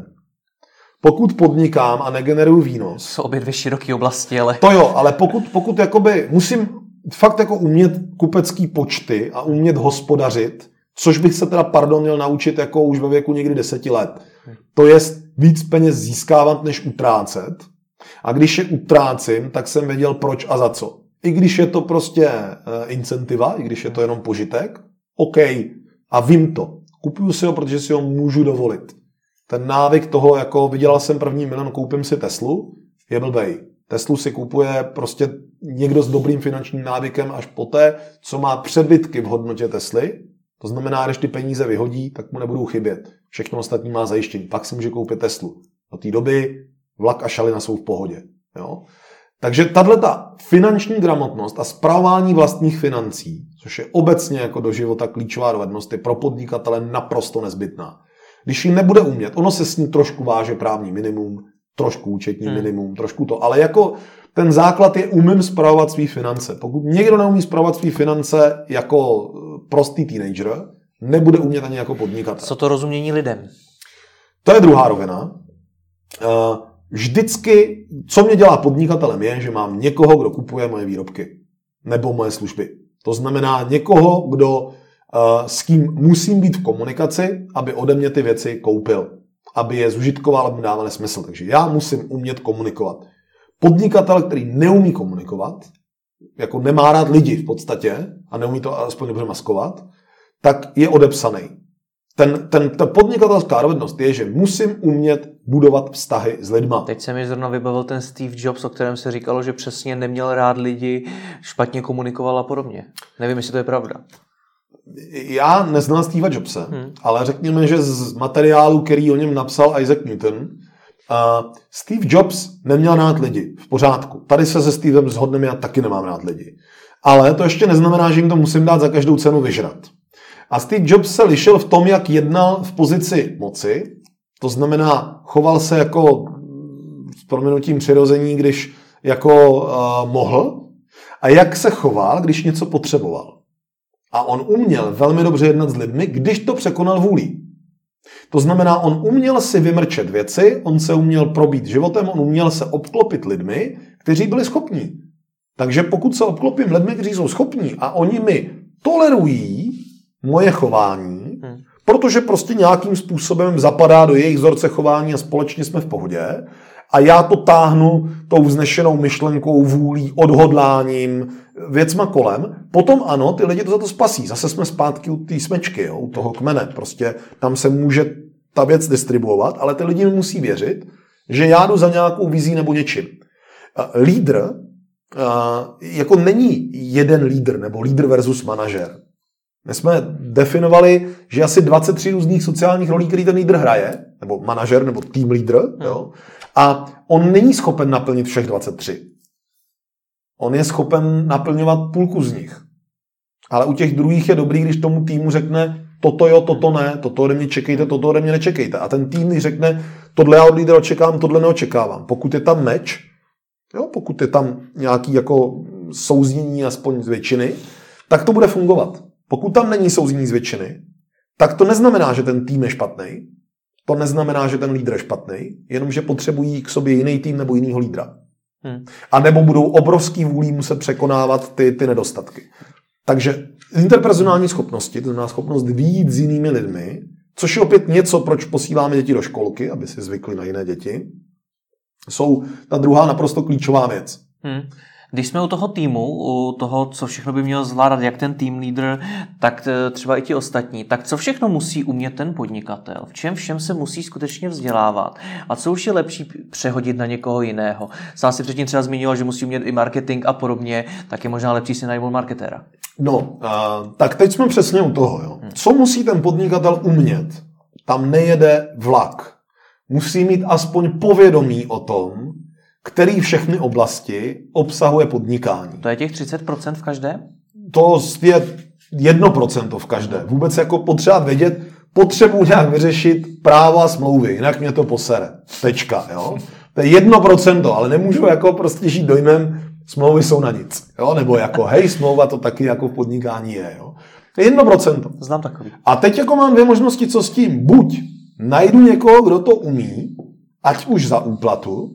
Pokud podnikám a negeneruju výnos... Jsou obě dvě široké oblasti, ale... To jo, ale pokud, pokud jakoby musím fakt jako umět kupecký počty a umět hospodařit, což bych se teda, pardon, měl naučit jako už ve věku někdy deseti let. To je víc peněz získávat, než utrácet. A když je utrácím, tak jsem věděl proč a za co. I když je to prostě incentiva, i když je to jenom požitek, OK. A vím to. Kupuju si ho, protože si ho můžu dovolit. Ten návyk toho, jako vydělal jsem první milion, koupím si Teslu, je blbej. Teslu si kupuje prostě někdo s dobrým finančním návykem až poté, co má přebytky v hodnotě Tesly. To znamená, když ty peníze vyhodí, tak mu nebudou chybět. Všechno ostatní má zajištění. Pak si může koupit Teslu. Do té doby vlak a šalina jsou v pohodě. Jo? Takže tato finanční gramotnost a spravování vlastních financí, což je obecně jako do života klíčová dovednost, je pro podnikatele naprosto nezbytná. Když ji nebude umět, ono se s ní trošku váže právní minimum, trošku účetní hmm. minimum, trošku to, ale jako ten základ je umím spravovat svý finance. Pokud někdo neumí spravovat svý finance jako prostý teenager, nebude umět ani jako podnikatel. Co to rozumění lidem? To je druhá rovina. Vždycky, co mě dělá podnikatelem, je, že mám někoho, kdo kupuje moje výrobky nebo moje služby. To znamená někoho, kdo s kým musím být v komunikaci, aby ode mě ty věci koupil. Aby je zužitkoval, aby mi dávaly smysl. Takže já musím umět komunikovat. Podnikatel, který neumí komunikovat, jako nemá rád lidi v podstatě a neumí to aspoň dobře maskovat, tak je odepsaný. Ten, ten, ta podnikatelská dovednost je, že musím umět budovat vztahy s lidma. Teď se mi zrovna vybavil ten Steve Jobs, o kterém se říkalo, že přesně neměl rád lidi, špatně komunikoval a podobně. Nevím, jestli to je pravda. Já neznal Steva Jobse, hmm. ale řekněme, že z materiálu, který o něm napsal Isaac Newton, uh, Steve Jobs neměl rád lidi. V pořádku. Tady se se Stevem shodneme, já taky nemám rád lidi. Ale to ještě neznamená, že jim to musím dát za každou cenu vyžrat. A Steve Jobs se lišil v tom, jak jednal v pozici moci. To znamená, choval se jako s prominutím přirození, když jako uh, mohl. A jak se choval, když něco potřeboval. A on uměl velmi dobře jednat s lidmi, když to překonal vůlí. To znamená, on uměl si vymrčet věci, on se uměl probít životem, on uměl se obklopit lidmi, kteří byli schopní. Takže pokud se obklopím lidmi, kteří jsou schopní a oni mi tolerují moje chování, hmm. protože prostě nějakým způsobem zapadá do jejich vzorce chování a společně jsme v pohodě, a já to táhnu tou vznešenou myšlenkou, vůlí, odhodláním, věcma kolem, potom ano, ty lidi to za to spasí. Zase jsme zpátky u té smečky, jo, u toho kmene. Prostě tam se může ta věc distribuovat, ale ty lidi mi musí věřit, že já jdu za nějakou vizí nebo něčím. Lídr jako není jeden lídr nebo lídr versus manažer. My jsme definovali, že asi dvacet tři různých sociálních rolí, který ten lídr hraje, nebo manažer, nebo tým lídr, jo, a on není schopen naplnit všech dvacet tři. On je schopen naplňovat půlku z nich. Ale u těch druhých je dobrý, když tomu týmu řekne toto jo, toto ne, toto ode mě čekejte, toto ode mě nečekejte. A ten tým řekne, tohle já od lídra očekávám, tohle neočekávám. Pokud je tam meč, jo, pokud je tam nějaký jako souznění aspoň z většiny, tak to bude fungovat. Pokud tam není souznění z většiny, tak to neznamená, že ten tým je špatný. To neznamená, že ten lídr je špatný, jenomže potřebují k sobě jiný tým nebo jinýho lídra. Hmm. A nebo budou obrovský vůlí muset překonávat ty, ty nedostatky. Takže interpersonální schopnosti, to znamená schopnost vyjít s jinými lidmi, což je opět něco, proč posíláme děti do školky, aby si zvykli na jiné děti, jsou ta druhá naprosto klíčová věc. Hmm. Když jsme u toho týmu, u toho, co všechno by měl zvládat, jak ten tým lídr, tak třeba i ti ostatní, tak co všechno musí umět ten podnikatel? V čem všem se musí skutečně vzdělávat? A co už je lepší přehodit na někoho jiného? Sám si předtím třeba zmínil, že musí umět i marketing a podobně, tak je možná lepší si najmout marketéra. No, a, tak teď jsme přesně u toho. Jo. Co musí ten podnikatel umět? Tam nejede vlak. Musí mít aspoň povědomí o tom, který všechny oblasti obsahuje podnikání. To je těch třicet procent v každé? To je jedno procento v každé. Vůbec jako potřeba vědět, potřebuji nějak vyřešit právo a smlouvy, jinak mě to posere. Tečka, jo. To je jedno procento, ale nemůžu jako prostě žít dojmem, smlouvy jsou na nic. Jo? Nebo jako hej, smlouva to taky jako v podnikání je. Jo? To je jedno procento. Znám takový. A teď jako mám dvě možnosti, co s tím. Buď najdu někoho, kdo to umí, ať už za úplatu,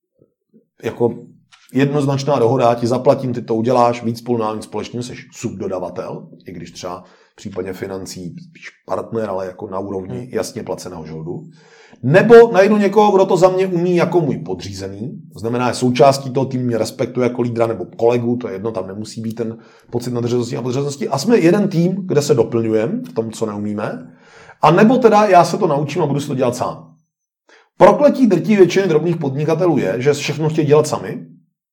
jako jednoznačná dohoda, já ti zaplatím, ty to uděláš, víc spolu na společně, jsi subdodavatel, i když třeba v případě financí spíš partner, ale jako na úrovni jasně placeného žoldu. Nebo najdu někoho, kdo to za mě umí jako můj podřízený, to znamená, je součástí toho týmu, mě respektuje jako lídra nebo kolegu, to je jedno, tam nemusí být ten pocit nadřazenosti a podřazenosti. A jsme jeden tým, kde se doplňujeme v tom, co neumíme. A nebo teda já se to naučím a budu si to dělat sám. Prokletí drtí většiny drobných podnikatelů je, že všechno chtějí dělat sami,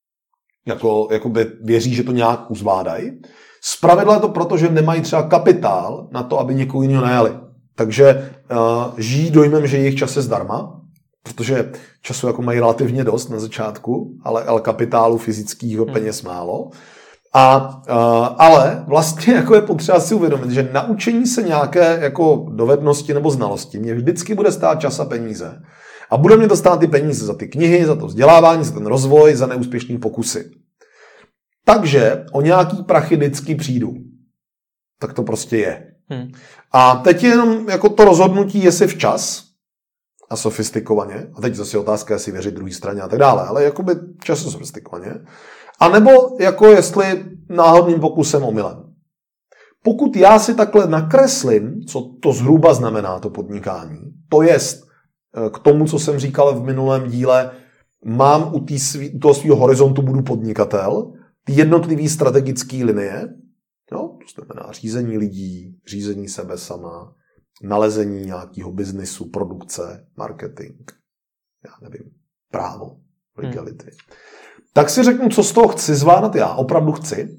jako, jakoby věří, že to nějak uzvládají. Zpravidla je to proto, že nemají třeba kapitál na to, aby někoho jiného najali. Takže uh, žijí dojmem, že jejich čas je zdarma, protože času jako mají relativně dost na začátku, ale, ale kapitálu fyzického peněz málo. A, uh, ale vlastně jako je potřeba si uvědomit, že naučení se nějaké jako dovednosti nebo znalosti mě vždycky bude stát čas a peníze. A bude mě to stát ty peníze za ty knihy, za to vzdělávání, za ten rozvoj, za neúspěšný pokusy. Takže o nějaký prachy vždycky přijdu. Tak to prostě je. Hmm. A teď je jenom jako to rozhodnutí, jestli včas a sofistikovaně, a teď zase otázka, jestli věřit druhé straně a tak dále, ale jakoby čas a sofistikovaně, a nebo jako jestli náhodným pokusem omylem. Pokud já si takhle nakreslím, co to zhruba znamená to podnikání, to jest k tomu, co jsem říkal v minulém díle, mám u, svý, u toho svého horizontu budu podnikatel, ty jednotlivé strategické linie, jo, to znamená řízení lidí, řízení sebe sama, nalezení nějakého biznisu, produkce, marketing, já nevím, právo, legality. Hmm. Tak si řeknu, co z toho chci zvládat já, opravdu chci,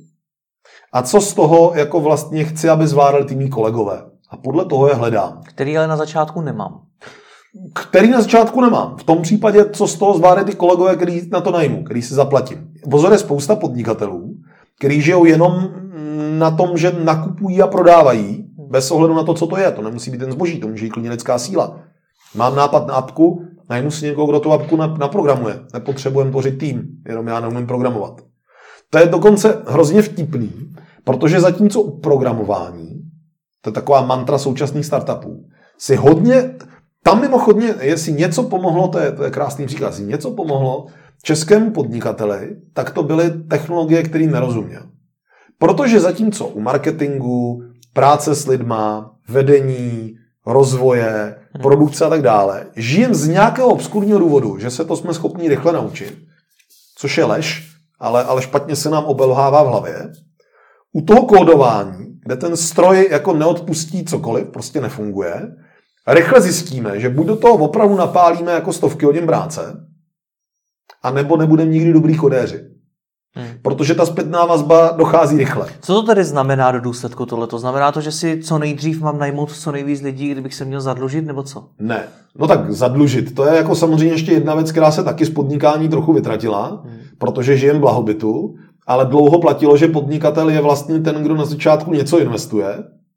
a co z toho jako vlastně chci, aby zvládali ty mý kolegové. A podle toho je hledám. Který ale na začátku nemám. Který na začátku nemám. V tom případě, co z toho zvládají ty kolegové, který na to najmu, který si zaplatím. Pozor, je spousta podnikatelů, kteří žijou jenom na tom, že nakupují a prodávají, bez ohledu na to, co to je. To nemusí být ten zboží, to může být klidně lidská síla. Mám nápad na apku, najmu si někoho, kdo tu apku naprogramuje. Nepotřebujeme tvořit tým, jenom já neumím programovat. To je dokonce hrozně vtipný, protože zatímco u programování, to je taková mantra současných startupů, si hodně, tam mimochodně, jestli něco pomohlo, to je, to je krásný příklad, jestli něco pomohlo českému podnikateli, tak to byly technologie, které nerozuměl. Protože zatímco u marketingu, práce s lidma, vedení, rozvoje, produkce a tak dále, žijem z nějakého obskurního důvodu, že se to jsme schopni rychle naučit, což je lež, ale, ale špatně se nám obelhává v hlavě. U toho kódování, kde ten stroj jako neodpustí cokoliv, prostě nefunguje, rychle zjistíme, že buď do toho opravdu napálíme jako stovky hodin práce, a nebo nebudeme nikdy dobrý kodéři. Hmm. Protože ta zpětná vazba dochází rychle. Co to tedy znamená do důsledku tohle? To znamená to, že si co nejdřív mám najmout co nejvíc lidí, kdybych se měl zadlužit, nebo co? Ne. No tak zadlužit. To je jako samozřejmě ještě jedna věc, která se taky z podnikání trochu vytratila, hmm. protože žijem blahobytu, ale dlouho platilo, že podnikatel je vlastně ten, kdo na začátku něco investuje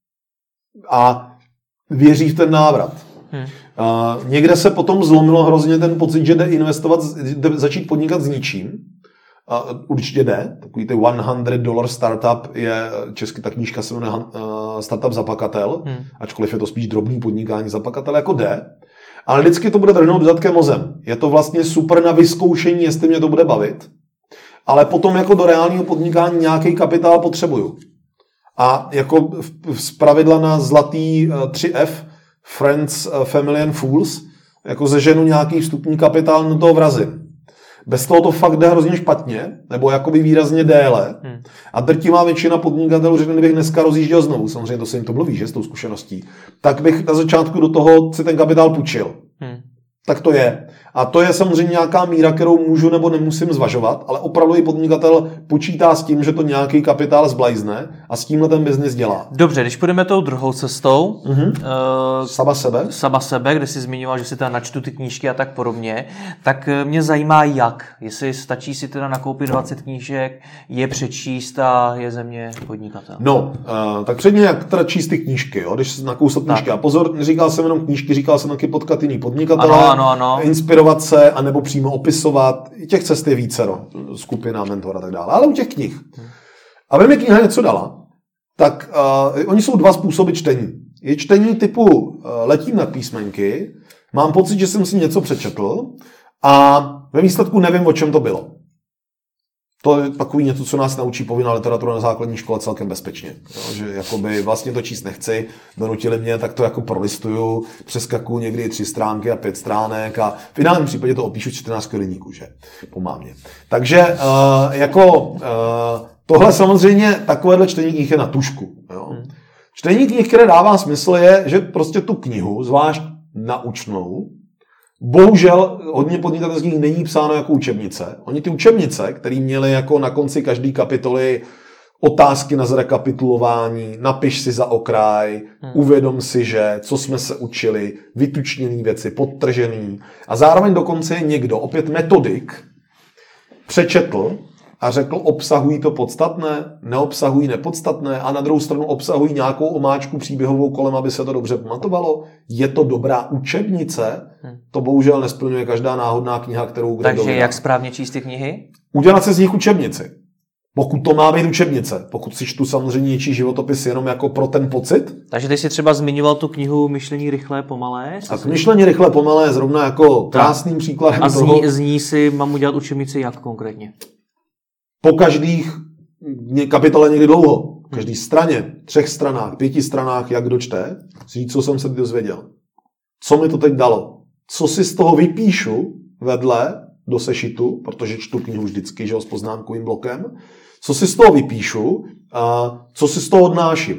a věří v ten návrat. Hmm. Uh, někde se potom zlomilo hrozně ten pocit, že jde investovat, jde začít podnikat s ničím. Uh, určitě jde. Takový ty sto dolar startup je, česky ta knížka se jmenuje uh, Startup za pakatel, hmm. ačkoliv je to spíš drobný podnikání za pakatel, jako jde. Ale vždycky to bude drhnout zadkem ozem. Je to vlastně super na vyzkoušení, jestli mě to bude bavit. Ale potom jako do reálného podnikání nějaký kapitál potřebuju. A jako zpravidla na zlatý tři F, Friends, Family and Fools, jako zeženu nějaký vstupní kapitál, no toho vrazím. Bez toho to fakt jde hrozně špatně, nebo jakoby výrazně déle. Hmm. A drtivá většina podnikatelů řekne, kdybych dneska rozjížděl znovu, samozřejmě to se jim to mluví, že s tou zkušeností, tak bych na začátku do toho si ten kapitál půjčil. Hmm. Tak to je. A to je samozřejmě nějaká míra, kterou můžu nebo nemusím zvažovat, ale opravdu i podnikatel počítá s tím, že to nějaký kapitál zblajzne a s tímhle ten biznis dělá. Dobře, když půjdeme tou druhou cestou, mm-hmm. uh, sama sebe, sama sebe, kde jsi zmiňoval, že si teda načtu ty knížky a tak podobně, tak mě zajímá jak. Jestli stačí si teda nakoupit dvacet knížek, je přečíst a je ze mě podnikatel. No, uh, tak předně jak teda číst ty knížky, jo? Když jsi nakousl knížky. A pozor, neříkal jsem jenom knížky, říkal jsem taky potkat jiný podnikatele. Ano, ano, ano. Inspirovat se, anebo přímo opisovat. Těch cest je vícero, skupina, mentor a tak dále. Ale u těch knih. Aby mi kniha něco dala, tak uh, oni jsou dva způsoby čtení. Je čtení typu uh, letím na písmenky, mám pocit, že jsem si něco přečetl a ve výsledku nevím, o čem to bylo. To je takový něco, co nás naučí povinná literatura na základní škole celkem bezpečně. Jo, že jakoby vlastně to číst nechci, donutili mě, tak to jako prolistuju, přeskakuju někdy tři stránky a pět stránek a v finálním případě to opíšu čtrnáct denníků, že po mámě. Takže uh, jako uh, tohle samozřejmě takovéhle čtení knih je na tušku. Jo. Hmm. Čtení knih, které dává smysl, je, že prostě tu knihu, zvlášť naučnou, bohužel hodně podnikatelských není psáno jako učebnice. Oni ty učebnice, které měly jako na konci každé kapitoly otázky na zrekapitulování, napiš si za okraj, hmm. uvědom si, že co jsme se učili, vytučněné věci, podtržený. A zároveň dokonce je někdo, opět metodik, přečetl a řekl, obsahují to podstatné, neobsahují nepodstatné a na druhou stranu obsahují nějakou omáčku příběhovou kolem, aby se to dobře pamatovalo. Je to dobrá učebnice? Hmm. To bohužel nesplňuje každá náhodná kniha, kterou kdo Takže dovydá. Jak správně číst ty knihy? Udělat se z nich učebnici. Pokud to má být učebnice. Pokud si čtu samozřejmě něčí životopis jenom jako pro ten pocit. Takže ty jsi třeba zmiňoval tu knihu Myšlení rychlé, pomalé. A to Myšlení rychlé, pomalé je zrovna jako krásným příkladem a z ní, toho. A z ní si mám udělat učebnici jak konkrétně? Po každých kapitole někdy dlouho, v každé straně, třech stranách, pěti stranách, jak dočte, říct, co jsem se dozvěděl. Co mi to teď dalo? Co si z toho vypíšu vedle do sešitu, protože čtu knihu vždycky, že ho, s poznámkovým blokem. Co si z toho vypíšu a co si z toho odnáším?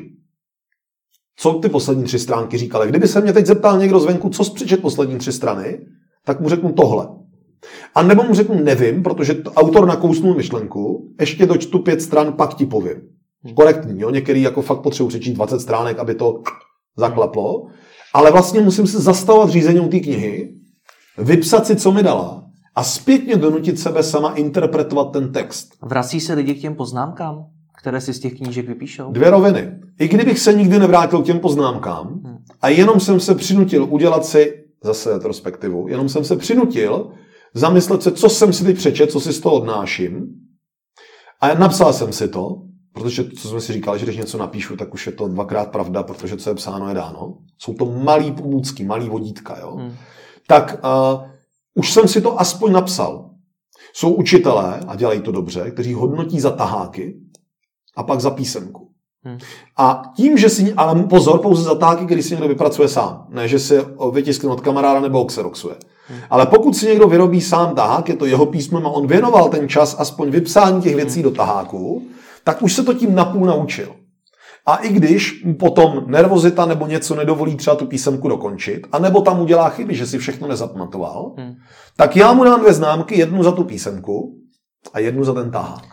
Co ty poslední tři stránky říkaly? Kdyby se mě teď zeptal někdo zvenku, co jsi přečet poslední tři strany, tak mu řeknu tohle. A nebo mu řeknu nevím, protože autor nakousnul myšlenku, ještě dočtu pět stran, pak ti povím. Korektní, jo? Některý jako fakt potřebuji přečíst dvacet stránek, aby to zaklaplo. Ale vlastně musím se zastavovat řízením té knihy, vypsat si, co mi dala a zpětně donutit sebe sama interpretovat ten text. Vrací se lidi k těm poznámkám, které si z těch knížek vypíšou? Dvě roviny. I kdybych se nikdy nevrátil k těm poznámkám hmm. a jenom jsem se přinutil udělat si zase retrospektivu, jenom jsem se přinutil zamyslet se, co jsem si teď přečet, co si z toho odnáším. A napsal jsem si to, protože co jsme si říkali, že když něco napíšu, tak už je to dvakrát pravda, protože co je psáno, je dáno. Jsou to malý pomůcky, malý vodítka. Jo? Hmm. Tak uh, už jsem si to aspoň napsal. Jsou učitelé, a dělají to dobře, kteří hodnotí za taháky a pak za písemku. Hmm. A tím, že si, ale pozor, pouze zatáky, když si někdo vypracuje sám, ne, že si vytiskne od kamaráda nebo xeroxuje. Hmm. Ale pokud si někdo vyrobí sám tahák, je to jeho písmem a on věnoval ten čas aspoň vypsání těch věcí hmm. do taháku, tak už se to tím napůl naučil. A i když potom nervozita nebo něco nedovolí třeba tu písemku dokončit, anebo tam udělá chyby, že si všechno nezapamatoval, hmm. tak já mu dám dvě známky, jednu za tu písemku a jednu za ten tahák.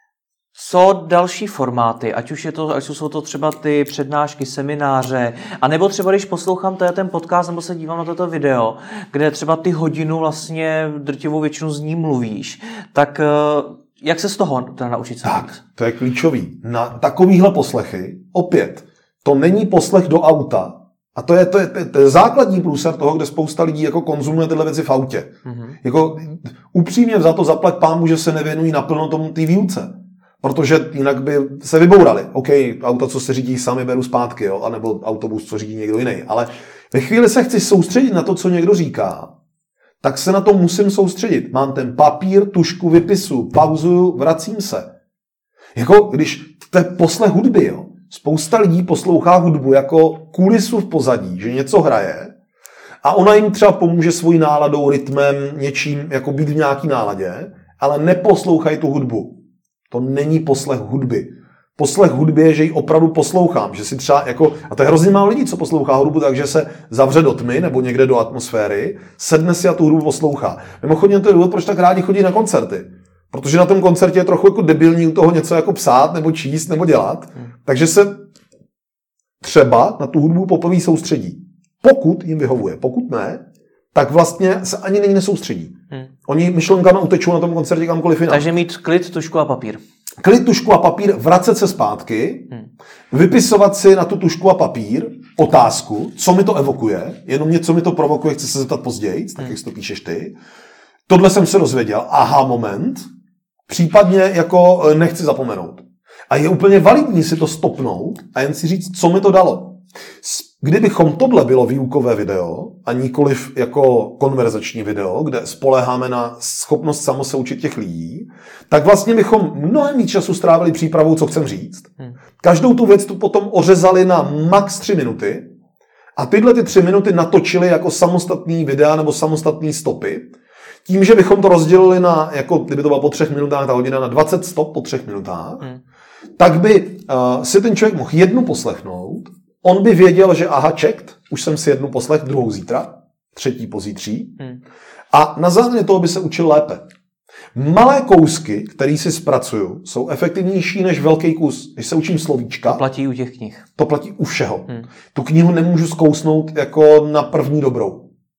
Co další formáty, ať už, je to, ať jsou to třeba ty přednášky, semináře, anebo třeba když poslouchám ten podcast nebo se dívám na toto video, kde třeba ty hodinu vlastně drtivou většinu z ní mluvíš, tak jak se z toho teda naučit se Tak, to je klíčový. Na takovýhle poslechy, opět, to není poslech do auta, a to je, to je, to je, to je základní průser toho, kde spousta lidí jako konzumuje tyhle věci v autě. Mm-hmm. Jako upřímně za to zaplať pámu, že se nevěnují naplno tomu té výuce. Protože jinak by se vybourali. OK, auta, co se řídí sami, beru zpátky, jo? Anebo autobus, co řídí někdo jiný. Ale ve chvíli se chci soustředit na to, co někdo říká, tak se na to musím soustředit. Mám ten papír, tušku, vypisu, pauzuju, vracím se. Jako když to je poslech hudby, jo? Spousta lidí poslouchá hudbu jako kulisu v pozadí, že něco hraje a ona jim třeba pomůže svojí náladou, rytmem, něčím, jako být v nějaký náladě, ale neposlouchají tu hudbu. To není poslech hudby. Poslech hudby je, že ji opravdu poslouchám. Že si třeba jako, a to je hrozně málo lidí, co poslouchá hudbu, takže se zavře do tmy nebo někde do atmosféry, sedne si a tu hudbu poslouchá. Mimochodně to je důvod, proč tak rádi chodí na koncerty. Protože na tom koncertě je trochu jako debilní u toho něco jako psát, nebo číst, nebo dělat. Hmm. Takže se třeba na tu hudbu poprvé soustředí. Pokud jim vyhovuje. Pokud ne, tak vlastně se ani není nesoustředí. Hmm. Oni myšlenkama utečou na tom koncertě kamkoliv jinam. Takže mít klid, tušku a papír. Klid, tušku a papír, vracet se zpátky, hmm. vypisovat si na tu tušku a papír otázku, co mi to evokuje, jenom něco mi to provokuje, chci se zeptat později, tak hmm. jak si to píšeš ty. Tohle jsem se dozvěděl, aha, moment, případně jako nechci zapomenout. A je úplně validní si to stopnout a jen si říct, co mi to dalo. Kdybychom tohle bylo výukové video a nikoliv jako konverzační video, kde spoléháme na schopnost samosoučit těch lidí, tak vlastně bychom mnohem víc času strávili přípravou, co chcem říct. Hmm. Každou tu věc tu potom ořezali na max tři minuty a tyhle ty tři minuty natočili jako samostatný videa nebo samostatný stopy. Tím, že bychom to rozdělili na, jako kdyby to bylo po třech minutách, ta hodina na dvacet stop po třech minutách, hmm. tak by uh, si ten člověk mohl jednu poslechnout. On by věděl, že aha, checked, už jsem si jednu poslech, druhou zítra, třetí pozítří. Hmm. A na základě toho by se učil lépe. Malé kousky, které si zpracuju, jsou efektivnější než velký kus. Když se učím slovíčka... To platí u těch knih. To platí u všeho. Hmm. Tu knihu nemůžu zkousnout jako na první dobrou.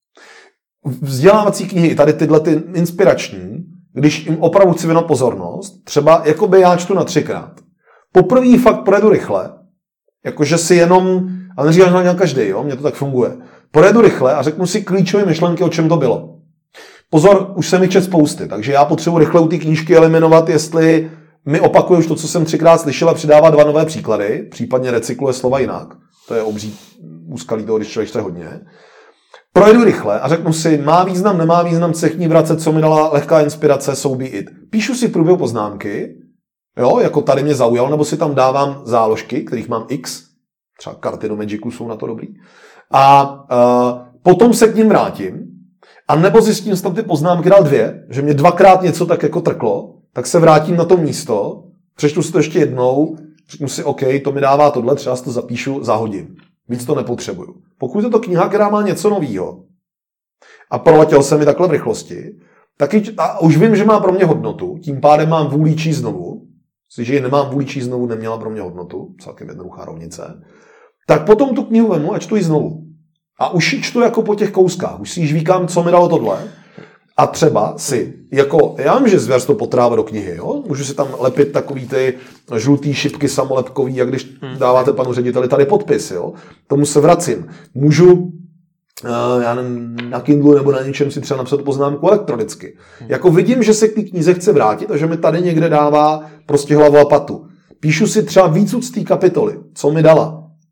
Vzdělávací knihy, tady tyhle ty inspirační, když jim opravdu chci věnovat pozornost, třeba jakoby já čtu na třikrát. Poprvé fakt projedu rychle, jakože si jenom, ale neříkám, že na každý, jo, mně to tak funguje. Projedu rychle a řeknu si klíčové myšlenky, o čem to bylo. Pozor, už jsem jich čet spousty, takže já potřebuji rychle u té knížky eliminovat, jestli mi opakuje už to, co jsem třikrát slyšel a přidává dva nové příklady, případně recykluje slova jinak. To je obří úskalí toho, když člověk čte hodně. Projedu rychle a řeknu si, má význam, nemá význam, se k ní vracet, co mi dala lehká inspirace, so be it. Píšu si v průběhu poznámky, jo, jako tady mě zaujalo, nebo si tam dávám záložky, kterých mám x, třeba karty do Magicu jsou na to dobrý, a uh, potom se k ním vrátím, a nebo zjistím, že tam ty poznámky dal dvě, že mě dvakrát něco tak jako trklo, tak se vrátím na to místo, přečtu si to ještě jednou, řeknu si, OK, to mi dává tohle, třeba si to zapíšu, zahodím. Víc to nepotřebuju. Pokud je to kniha, která má něco novýho, a proletěl jsem mi takhle v rychlosti, taky, a už vím, že má pro mě hodnotu, tím pádem mám vůli číst znovu, jestliže ji nemám vůli číst znovu, neměla pro mě hodnotu, celkem jednoduchá rovnice, tak potom tu knihu vemu a čtu ji znovu. A už ji čtu jako po těch kouskách, už si ji žvíkám, co mi dalo tohle. A třeba si, jako, já vím, že zvěrstvo potráva do knihy, jo? Můžu si tam lepit takový ty žlutý šipky samolepkový, jak když dáváte panu řediteli tady podpis, jo? Tomu se vracím. Můžu, uh, já nevím, na Kindlu nebo na něčem si třeba napsat poznámku elektronicky. Jako vidím, že se k té knize chce vrátit a že mi tady někde dává prostě hlavu a patu. Píšu si třeba výcud z té kapitoly, co mi dala.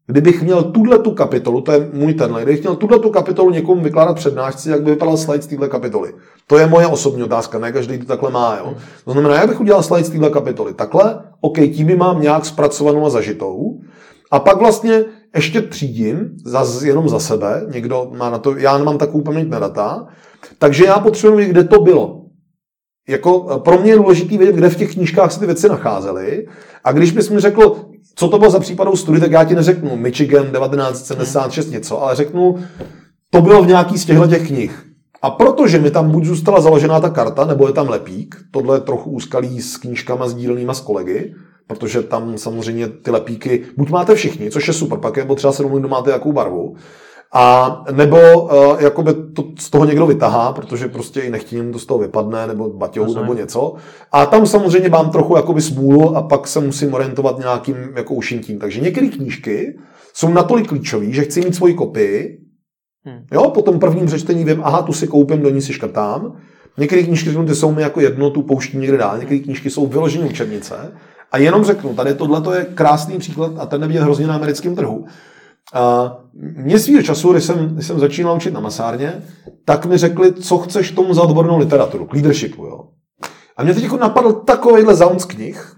kdybych měl tuhletu kapitolu, to je můj tenhle, kdybych měl tuhletu kapitolu někomu vykládat přednášce, jak by vypadal slide z téhle kapitoly. To je moje osobní otázka, ne každý to takhle má. Jo? To znamená, jak bych udělal slide z téhle kapitoly? Takhle, OK, tím ji mám nějak zpracovanou a zažitou. A pak vlastně ještě třídím, za, jenom za sebe, někdo má na to, já nemám takovou paměť na data, takže já potřebuji vědět, kde to bylo. Jako pro mě je důležité vědět, kde v těch knížkách se ty věci nacházely. A když bys mi řekl, co to bylo za případovou studii, tak já ti neřeknu Michigan devatenáct sedmdesát šest něco, ale řeknu, to bylo v nějaký z těchto těch knih. A protože mi tam buď zůstala založená ta karta, nebo je tam lepík, tohle je trochu úskalý s knížkama sdílenýma s kolegy, protože tam samozřejmě ty lepíky, buď máte všichni, což je super, pak je potřeba se domluvit, kdo máte jakou barvu, a nebo uh, jakoby to z toho někdo vytahá, protože prostě i nechtěním to z toho vypadne, nebo baťou, nebo něco. A tam samozřejmě mám trochu jakoby smůlu a pak se musím orientovat nějakým jako ušintím. Takže některé knížky jsou natolik klíčové, že chci mít svoji kopii. Hmm. Jo, po tom prvním přečtení vím, aha, tu si koupím, do ní si škrtám. Některé knížky ty jsou mi jako jedno, tu pouštím někde dál. Některé knížky jsou vyložené učebnice. A jenom řeknu, tady tohle je krásný příklad a ten nevidět hrozně na americkém trhu. A mě svýho času, když jsem, když jsem začínal učit na masárně, tak mi řekli, co chceš tomu za odbornou literaturu, k leadershipu. Jo. A mě teď jako napadl takovejhle zaunc knih,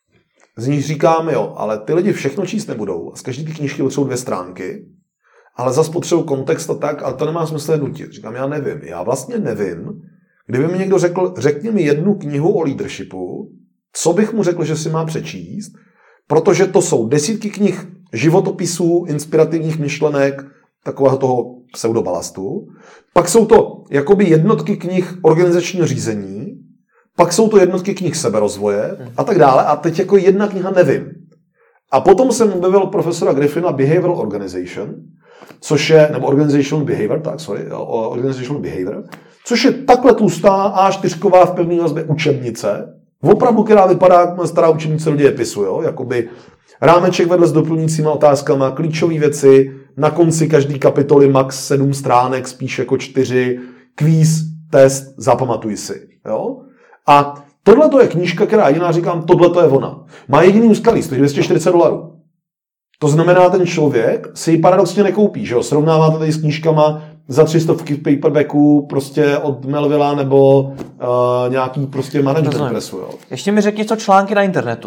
z nich říkám, jo, ale ty lidi všechno číst nebudou. A z každé ty knížky potřebují dvě stránky, ale zase potřebují kontext a tak, ale to nemá smysl je nutit. Říkám, já nevím. Já vlastně nevím, kdyby mi někdo řekl, řekni mi jednu knihu o leadershipu, co bych mu řekl, že si má přečíst, protože to jsou desítky knih životopisů, inspirativních myšlenek, takového toho pseudobalastu. Pak jsou to jakoby jednotky knih organizačního řízení, pak jsou to jednotky knih seberozvoje a tak dále. A teď jako jedna kniha nevím. A potom jsem objevil profesora Griffina Behavioral Organization, což je, nebo Organizational Behavior, tak, sorry, Organizational Behavior, což je takhle tlustá á čtyřková v pevné vazbě učebnice, opravdu, která vypadá jako stará učebnice do dějepisu, jo, jakoby rámeček vedle s doplňujícíma otázkama, klíčové věci, na konci každé kapitoly max sedm stránek, spíš jako čtyři, kvíz, test, zapamatuj si. Jo? A tohle to je knížka, která jiná říkám, tohle to je ona. Má jediný úskalí, stojí dvě stě čtyřicet dolarů. To znamená, ten člověk si ji paradoxně nekoupí, že jo? Srovnáváte tady s knížkama za tři stovky v paperbacku, prostě od Melvilla nebo uh, nějaký prostě management pressu. Jo? Ještě mi řekni, co články na internetu.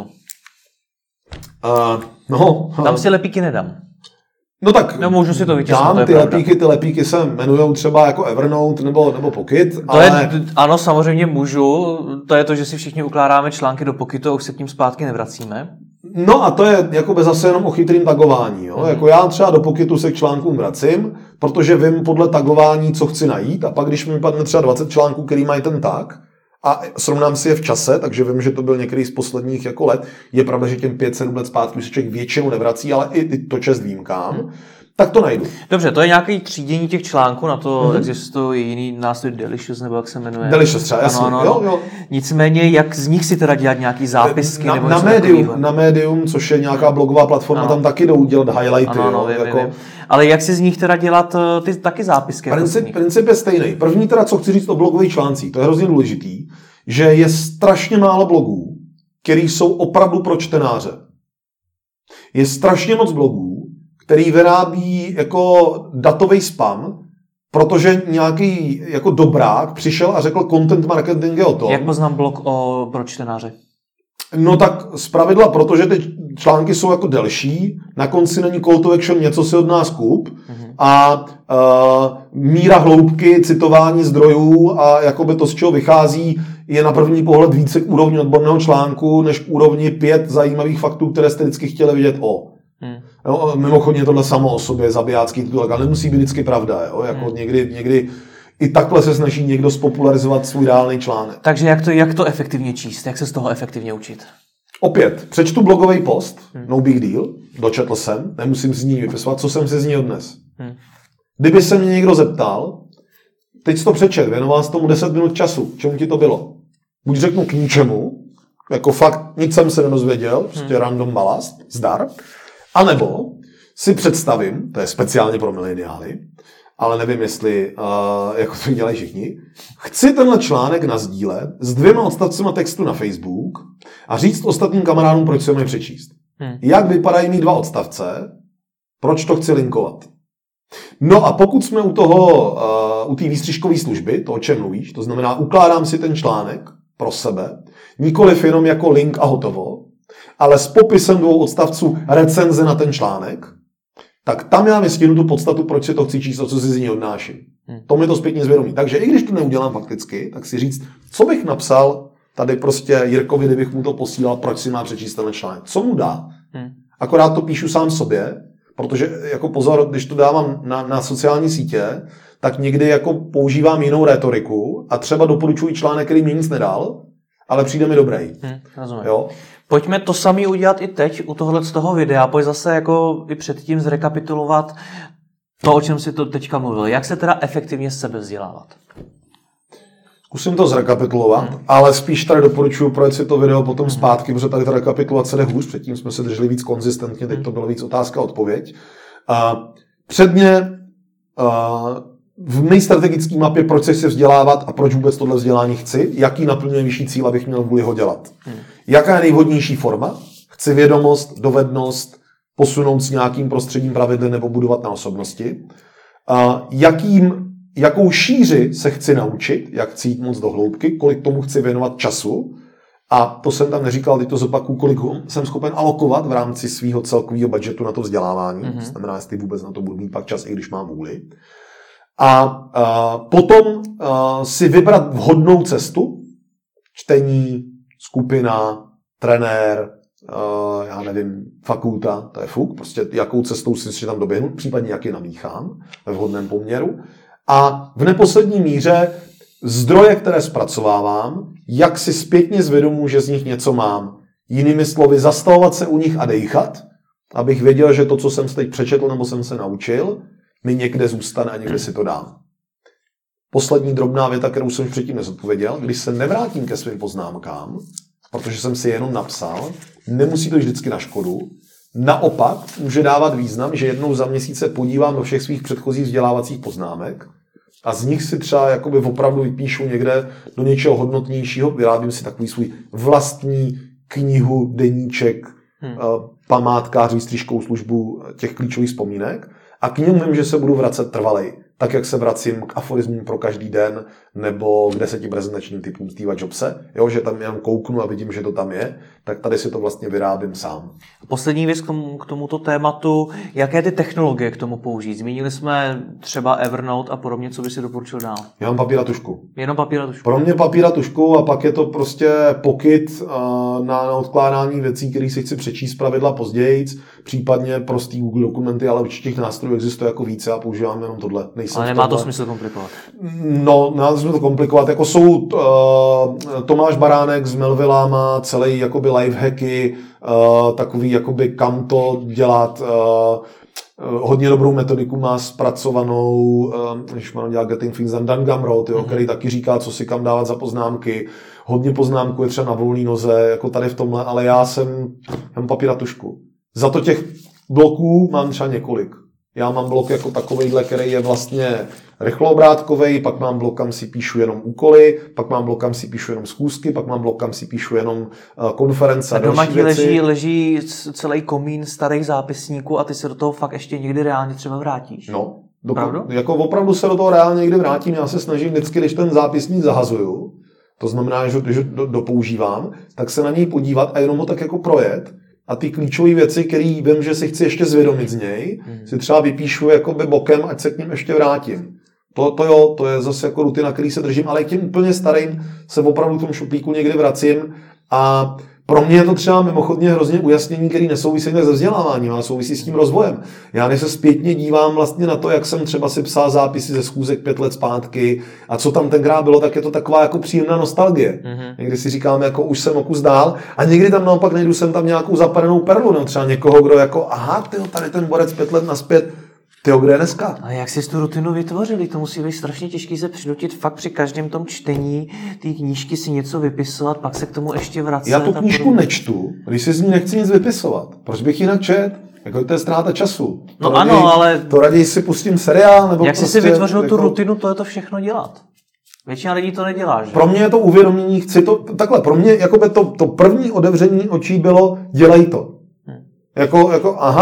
Uh, no, Tam uh, si lepíky nedám. No tak no, můžu si to vytisknout, dám to ty pravda. lepíky, ty lepíky se jmenujou třeba jako Evernote nebo, nebo Pocket. To ale... je, ano, samozřejmě můžu. To je to, že si všichni ukládáme články do Pocketu a už se k ním zpátky nevracíme. No a to je jakoby zase jenom o chytrým tagování. Jo? Hmm. Jako já třeba do Pocketu se k článkům vracím, protože vím podle tagování, co chci najít, a pak když mi padne třeba dvacet článků, který mají ten tag, a srovnám si je v čase, takže vím, že to byl některý z posledních jako let. Je pravda, že těm pět sedm let zpátky se člověk většinou nevrací, ale i to čest výjimkám. Hmm. Tak to najdu. Dobře, to je nějaké třídění těch článků, na to mm-hmm. existuje jiný nástroj Delicious, nebo jak se jmenuje. Delicious třeba, jasně. Ano, ano, jo, jo. Nicméně, jak z nich si teda dělat nějaký zápisky? Na, nebo na, Medium, na Medium, což je nějaká blogová platforma, ano. Tam taky jdou dělat highlighty. Ano, ano, jo, vím, jako... vím. Ale jak si z nich teda dělat ty taky zápisky? Princip, jako princip je stejný. První teda, co chci říct o blogových článcích, to je hrozně důležitý, že je strašně málo blogů, který jsou opravdu pro čtenáře. Je strašně moc blogů, který vyrábí jako datový spam, protože nějaký jako dobrák přišel a řekl content marketing je o tom. Jak poznám blog o, pro čtenáře? No tak zpravidla, protože ty články jsou jako delší, na konci není call to action, něco si od nás kup mm-hmm. a uh, míra hloubky, citování zdrojů a jakoby to, z čeho vychází, je na první pohled více k úrovni odborného článku, než k úrovni pět zajímavých faktů, které jste vždycky chtěli vidět o. Hmm. Jo, mimochodně tohle samo o sobě zabijácký titulek, ale nemusí být vždycky pravda. Jo? Jako hmm. někdy, někdy i takhle se snaží někdo spopularizovat svůj reálný článek. Takže jak to, jak to efektivně číst? Jak se z toho efektivně učit? Opět, přečtu blogový post, hmm. no big deal, dočetl jsem, nemusím z ní vypisovat, co jsem si z ní odnes. Hmm. Kdyby se mě někdo zeptal, teď jsi to přečet, věnoval jsi tomu deset minut času, čemu ti to bylo? Buď řeknu k ničemu, jako fakt nic jsem se nedozvěděl, prostě hmm. random balast, zdar, anebo si představím, to je speciálně pro mileniály, ale nevím, jestli uh, jako to dělají všichni, chci tenhle článek nasdílet s dvěma odstavcema textu na Facebook a říct ostatním kamarádům, proč si ho mají přečíst. Hmm. Jak vypadají mít dva odstavce, Proč to chci linkovat? No a pokud jsme u toho, uh, u té výstřižkové služby, to, o čem mluvíš, to znamená, ukládám si ten článek pro sebe, nikoliv jenom jako link a hotovo, ale s popisem dvou odstavců recenze na ten článek, tak tam já vystihnu tu podstatu, proč si to chci číst, co si z ní odnáším. Hmm. To mi to zpětně zvědomí. Takže i když to neudělám fakticky, tak si říct, co bych napsal tady prostě Jirkovi, kdybych mu to posílal, proč si má přečíst ten článek. Co mu dá? Hmm. Akorát to píšu sám sobě, protože jako pozor, když to dávám na, na sociální sítě, tak někdy jako používám jinou rétoriku a třeba doporučuji článek, který mi nic nedal, ale přijde mi dobrý. Hmm, rozumím. Jo? Pojďme to samé udělat i teď u tohohle z toho videa. Pojď zase jako i předtím zrekapitulovat to, o čem si to teďka mluvil. Jak se teda efektivně sebe vzdělávat? Zkusím to zrekapitulovat, hmm. ale spíš tady doporučuji projet si to video potom zpátky, protože tady ta rekapitulace jde hůř, předtím jsme se drželi víc konzistentně, teď to bylo víc otázka a odpověď. Uh, předně uh, v mé strategické mapě, proč se chci vzdělávat a proč vůbec tohle vzdělání chci, jaký naplňuje vyšší cíl, abych měl vůli ho dělat. Hmm. Jaká je nejvhodnější forma? Chci vědomost, dovednost, posunout s nějakým prostředím pravidly nebo budovat na osobnosti. Uh, jakým Jakou šíři se chci naučit, jak chci jít moc do hloubky, kolik tomu chci věnovat času. A to jsem tam neříkal, teď to zopakuju, kolik jsem schopen alokovat v rámci svého celkového budžetu na to vzdělávání. Mm-hmm. To znamená, jestli vůbec na to budu mít pak čas, i když mám vůli. A, a potom a, si vybrat vhodnou cestu. Čtení, skupina, trenér, a, já nevím, fakulta, to je fuk. Prostě jakou cestou si tam doběhnu, případně jak je namíchám ve vhodném poměru. A v neposlední míře zdroje, které zpracovávám, jak si zpětně zvědomuji, že z nich něco mám. Jinými slovy, zastavovat se u nich a dejchat, abych věděl, že to, co jsem teď přečetl nebo jsem se naučil, mi někde zůstane a někde si to dám. Poslední drobná věta, kterou jsem už předtím nezodpověděl, když se nevrátím ke svým poznámkám, protože jsem si jenom napsal, nemusí to vždycky na škodu. Naopak může dávat význam, že jednou za měsíc se podívám do všech svých předchozích vzdělávacích poznámek a z nich si třeba jakoby opravdu vypíšu někde do něčeho hodnotnějšího, vyrábím si takový svůj vlastní knihu, deníček, hmm. památkář, výstřižkovou službu těch klíčových vzpomínek a k němu vím, že se budu vracet trvalej. Tak, jak se vracím k aforismům pro každý den nebo k deseti prezentačním typům Steva Jobse, jo, že tam jenom kouknu a vidím, že to tam je, tak tady si to vlastně vyrábím sám. Poslední věc k, tomu, k tomuto tématu, jaké ty technologie k tomu použít? Zmínili jsme třeba Evernote a podobně, co by si doporučil dál? Já mám papír a tušku. Jenom papír a tušku. Pro mě papír a tušku a pak je to prostě pokyt na, na odkládání věcí, které si chci přečíst pravidla později, případně prostý Google dokumenty, ale určitě těch nástrojů existuje jako více a používám jenom tohle. Ale nemá to smysl komplikovat. No, nemá to smysl to komplikovat. Jako jsou uh, Tomáš Baránek z Melvilla má celý jakoby lifehacky, uh, takový jakoby kam to dělat. Uh, hodně dobrou metodiku má zpracovanou, uh, když mám dělat Getting Things Done, Dan Gamrot, jo, mm-hmm. který taky říká, co si kam dávat za poznámky. Hodně poznámků je třeba na volné noze, jako tady v tomhle, ale já jsem, mám papír a tušku. Za to těch bloků mám třeba několik. Já mám blok jako takovejhle, který je vlastně rychloobrátkovej, pak mám blok, kam si píšu jenom úkoly, pak mám blok, kam si píšu jenom schůzky, pak mám blok, kam si píšu jenom konference a, a další věci. Leží, leží celý komín starých zápisníků a ty se do toho fakt ještě někdy reálně třeba vrátíš. No, do, jako opravdu se do toho reálně někdy vrátím. Já se snažím vždycky, když ten zápisník zahazuju, to znamená, že, že dopoužívám, tak se na něj podívat a jenom ho tak jako projet. A ty klíčové věci, které vím, že si chci ještě zvědomit z něj, hmm. si třeba vypíšu jakoby bokem, ať se k ním ještě vrátím. To, to jo, to je zase jako rutina, který se držím, ale k těm úplně starým se opravdu v tom šuplíku někdy vracím a pro mě je to třeba mimochodně hrozně ujasnění, který nesouvisí se vzděláváním, ale souvisí s tím rozvojem. Já když se zpětně dívám vlastně na to, jak jsem třeba si psal zápisy ze schůzek pět let zpátky a co tam tenkrát bylo, tak je to taková jako příjemná nostalgie. Mm-hmm. Někdy si říkám, jako už jsem o kus dál a někdy tam naopak najdu jsem tam nějakou zapadenou perlu, no třeba někoho, kdo jako, aha, tyjo, tady ten borec pět let naspět, tyjo, kde je dneska? A jak jsi tu rutinu vytvořili? To musí být strašně těžký se přinutit fakt při každém tom čtení té knížky si něco vypisovat, pak se k tomu ještě vracet. Já tu knížku nečtu, když si z ní nechci nic vypisovat. Proč bych jinak čet? Jako to je ztráta času. No to ano, raději, ale... To raději si pustím seriál, nebo jak prostě... jsi si vytvořil jako... tu rutinu, to je to všechno dělat. Většina lidí to nedělá, že? Pro mě je to uvědomění, chci to... Takhle, pro mě jakoby to, to první otevření očí bylo, dělej to. Hmm. Jako, jako, aha,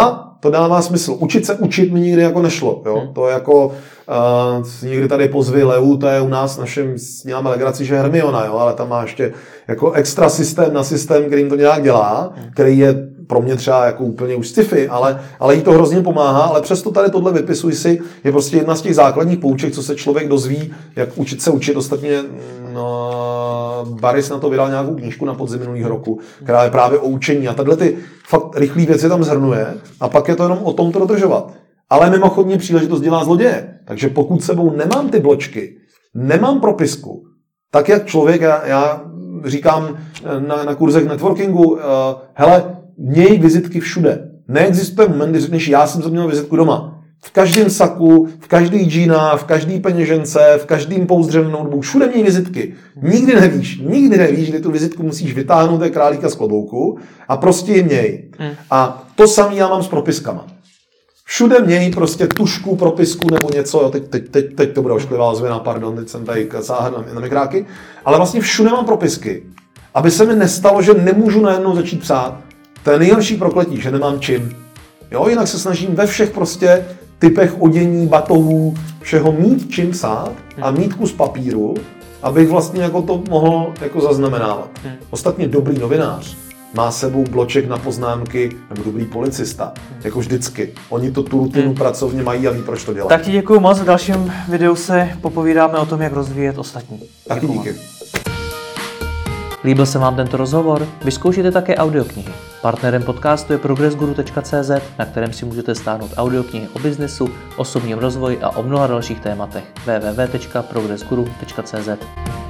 to dává smysl. Učit se učit mi nikdy jako nešlo. Jo? Hmm. To jako uh, někdy tady pozvi Leu, to je u nás našem, děláme legraci, že Hermiona, jo? Ale tam má ještě jako extra systém na systém, kterým to nějak dělá, hmm. který je pro mě třeba jako úplně už sci-fi, ale, ale jí to hrozně pomáhá, ale přesto tady tohle vypisuj si, je prostě jedna z těch základních pouček, co se člověk dozví, jak učit se učit. Ostatně no, Baris na to vydal nějakou knížku na podzim minulého roku, která je právě o učení a tahle ty fakt rychlé věci tam zhrnuje a pak je to jenom o tom to dodržovat. Ale mimochodně příležitost dělá zloděje, takže pokud sebou nemám ty bločky, nemám propisku, tak jak člověk, já, já říkám na, na kurzech networkingu, uh, hele, měj vizitky všude. Neexistuje moment, kdy řekneš, já jsem měl vizitku doma. V každém saku, v každý džínách, v každý peněžence, v každém pouzdřeném notebooku, všude měj vizitky. Nikdy nevíš, nikdy nevíš, kdy tu vizitku musíš vytáhnout té králíka z klobouku a prostě ji měj. Hmm. A to samé já mám s propiskama. Všude měj prostě tušku, propisku nebo něco, jo, teď, teď, teď, teď to bude ošklivá ozvěna, pardon, teď jsem tady sáhl na, na mikráky, ale vlastně všude mám propisky, aby se mi nestalo, že nemůžu najednou začít psát. To je nejhorší prokletí, že nemám čím. Jo, jinak se snažím ve všech prostě typech odění, batohů, všeho mít čím psát a mít kus papíru, abych vlastně jako to mohl jako zaznamenávat. Ostatně dobrý novinář má sebou bloček na poznámky, nebo dobrý policista, jako vždycky. Oni to tu rutinu hmm. pracovně mají a ví, proč to dělají. Tak ti děkuju moc, v dalším videu se popovídáme o tom, jak rozvíjet ostatní. Taky díky. Líbil se vám tento rozhovor? Vyzkoušejte také audioknihy. Partnerem podcastu je progress guru tečka cé zet, na kterém si můžete stáhnout audioknihy o biznesu, osobním rozvoji a o mnoha dalších tématech. w w w tečka progress guru tečka cé zet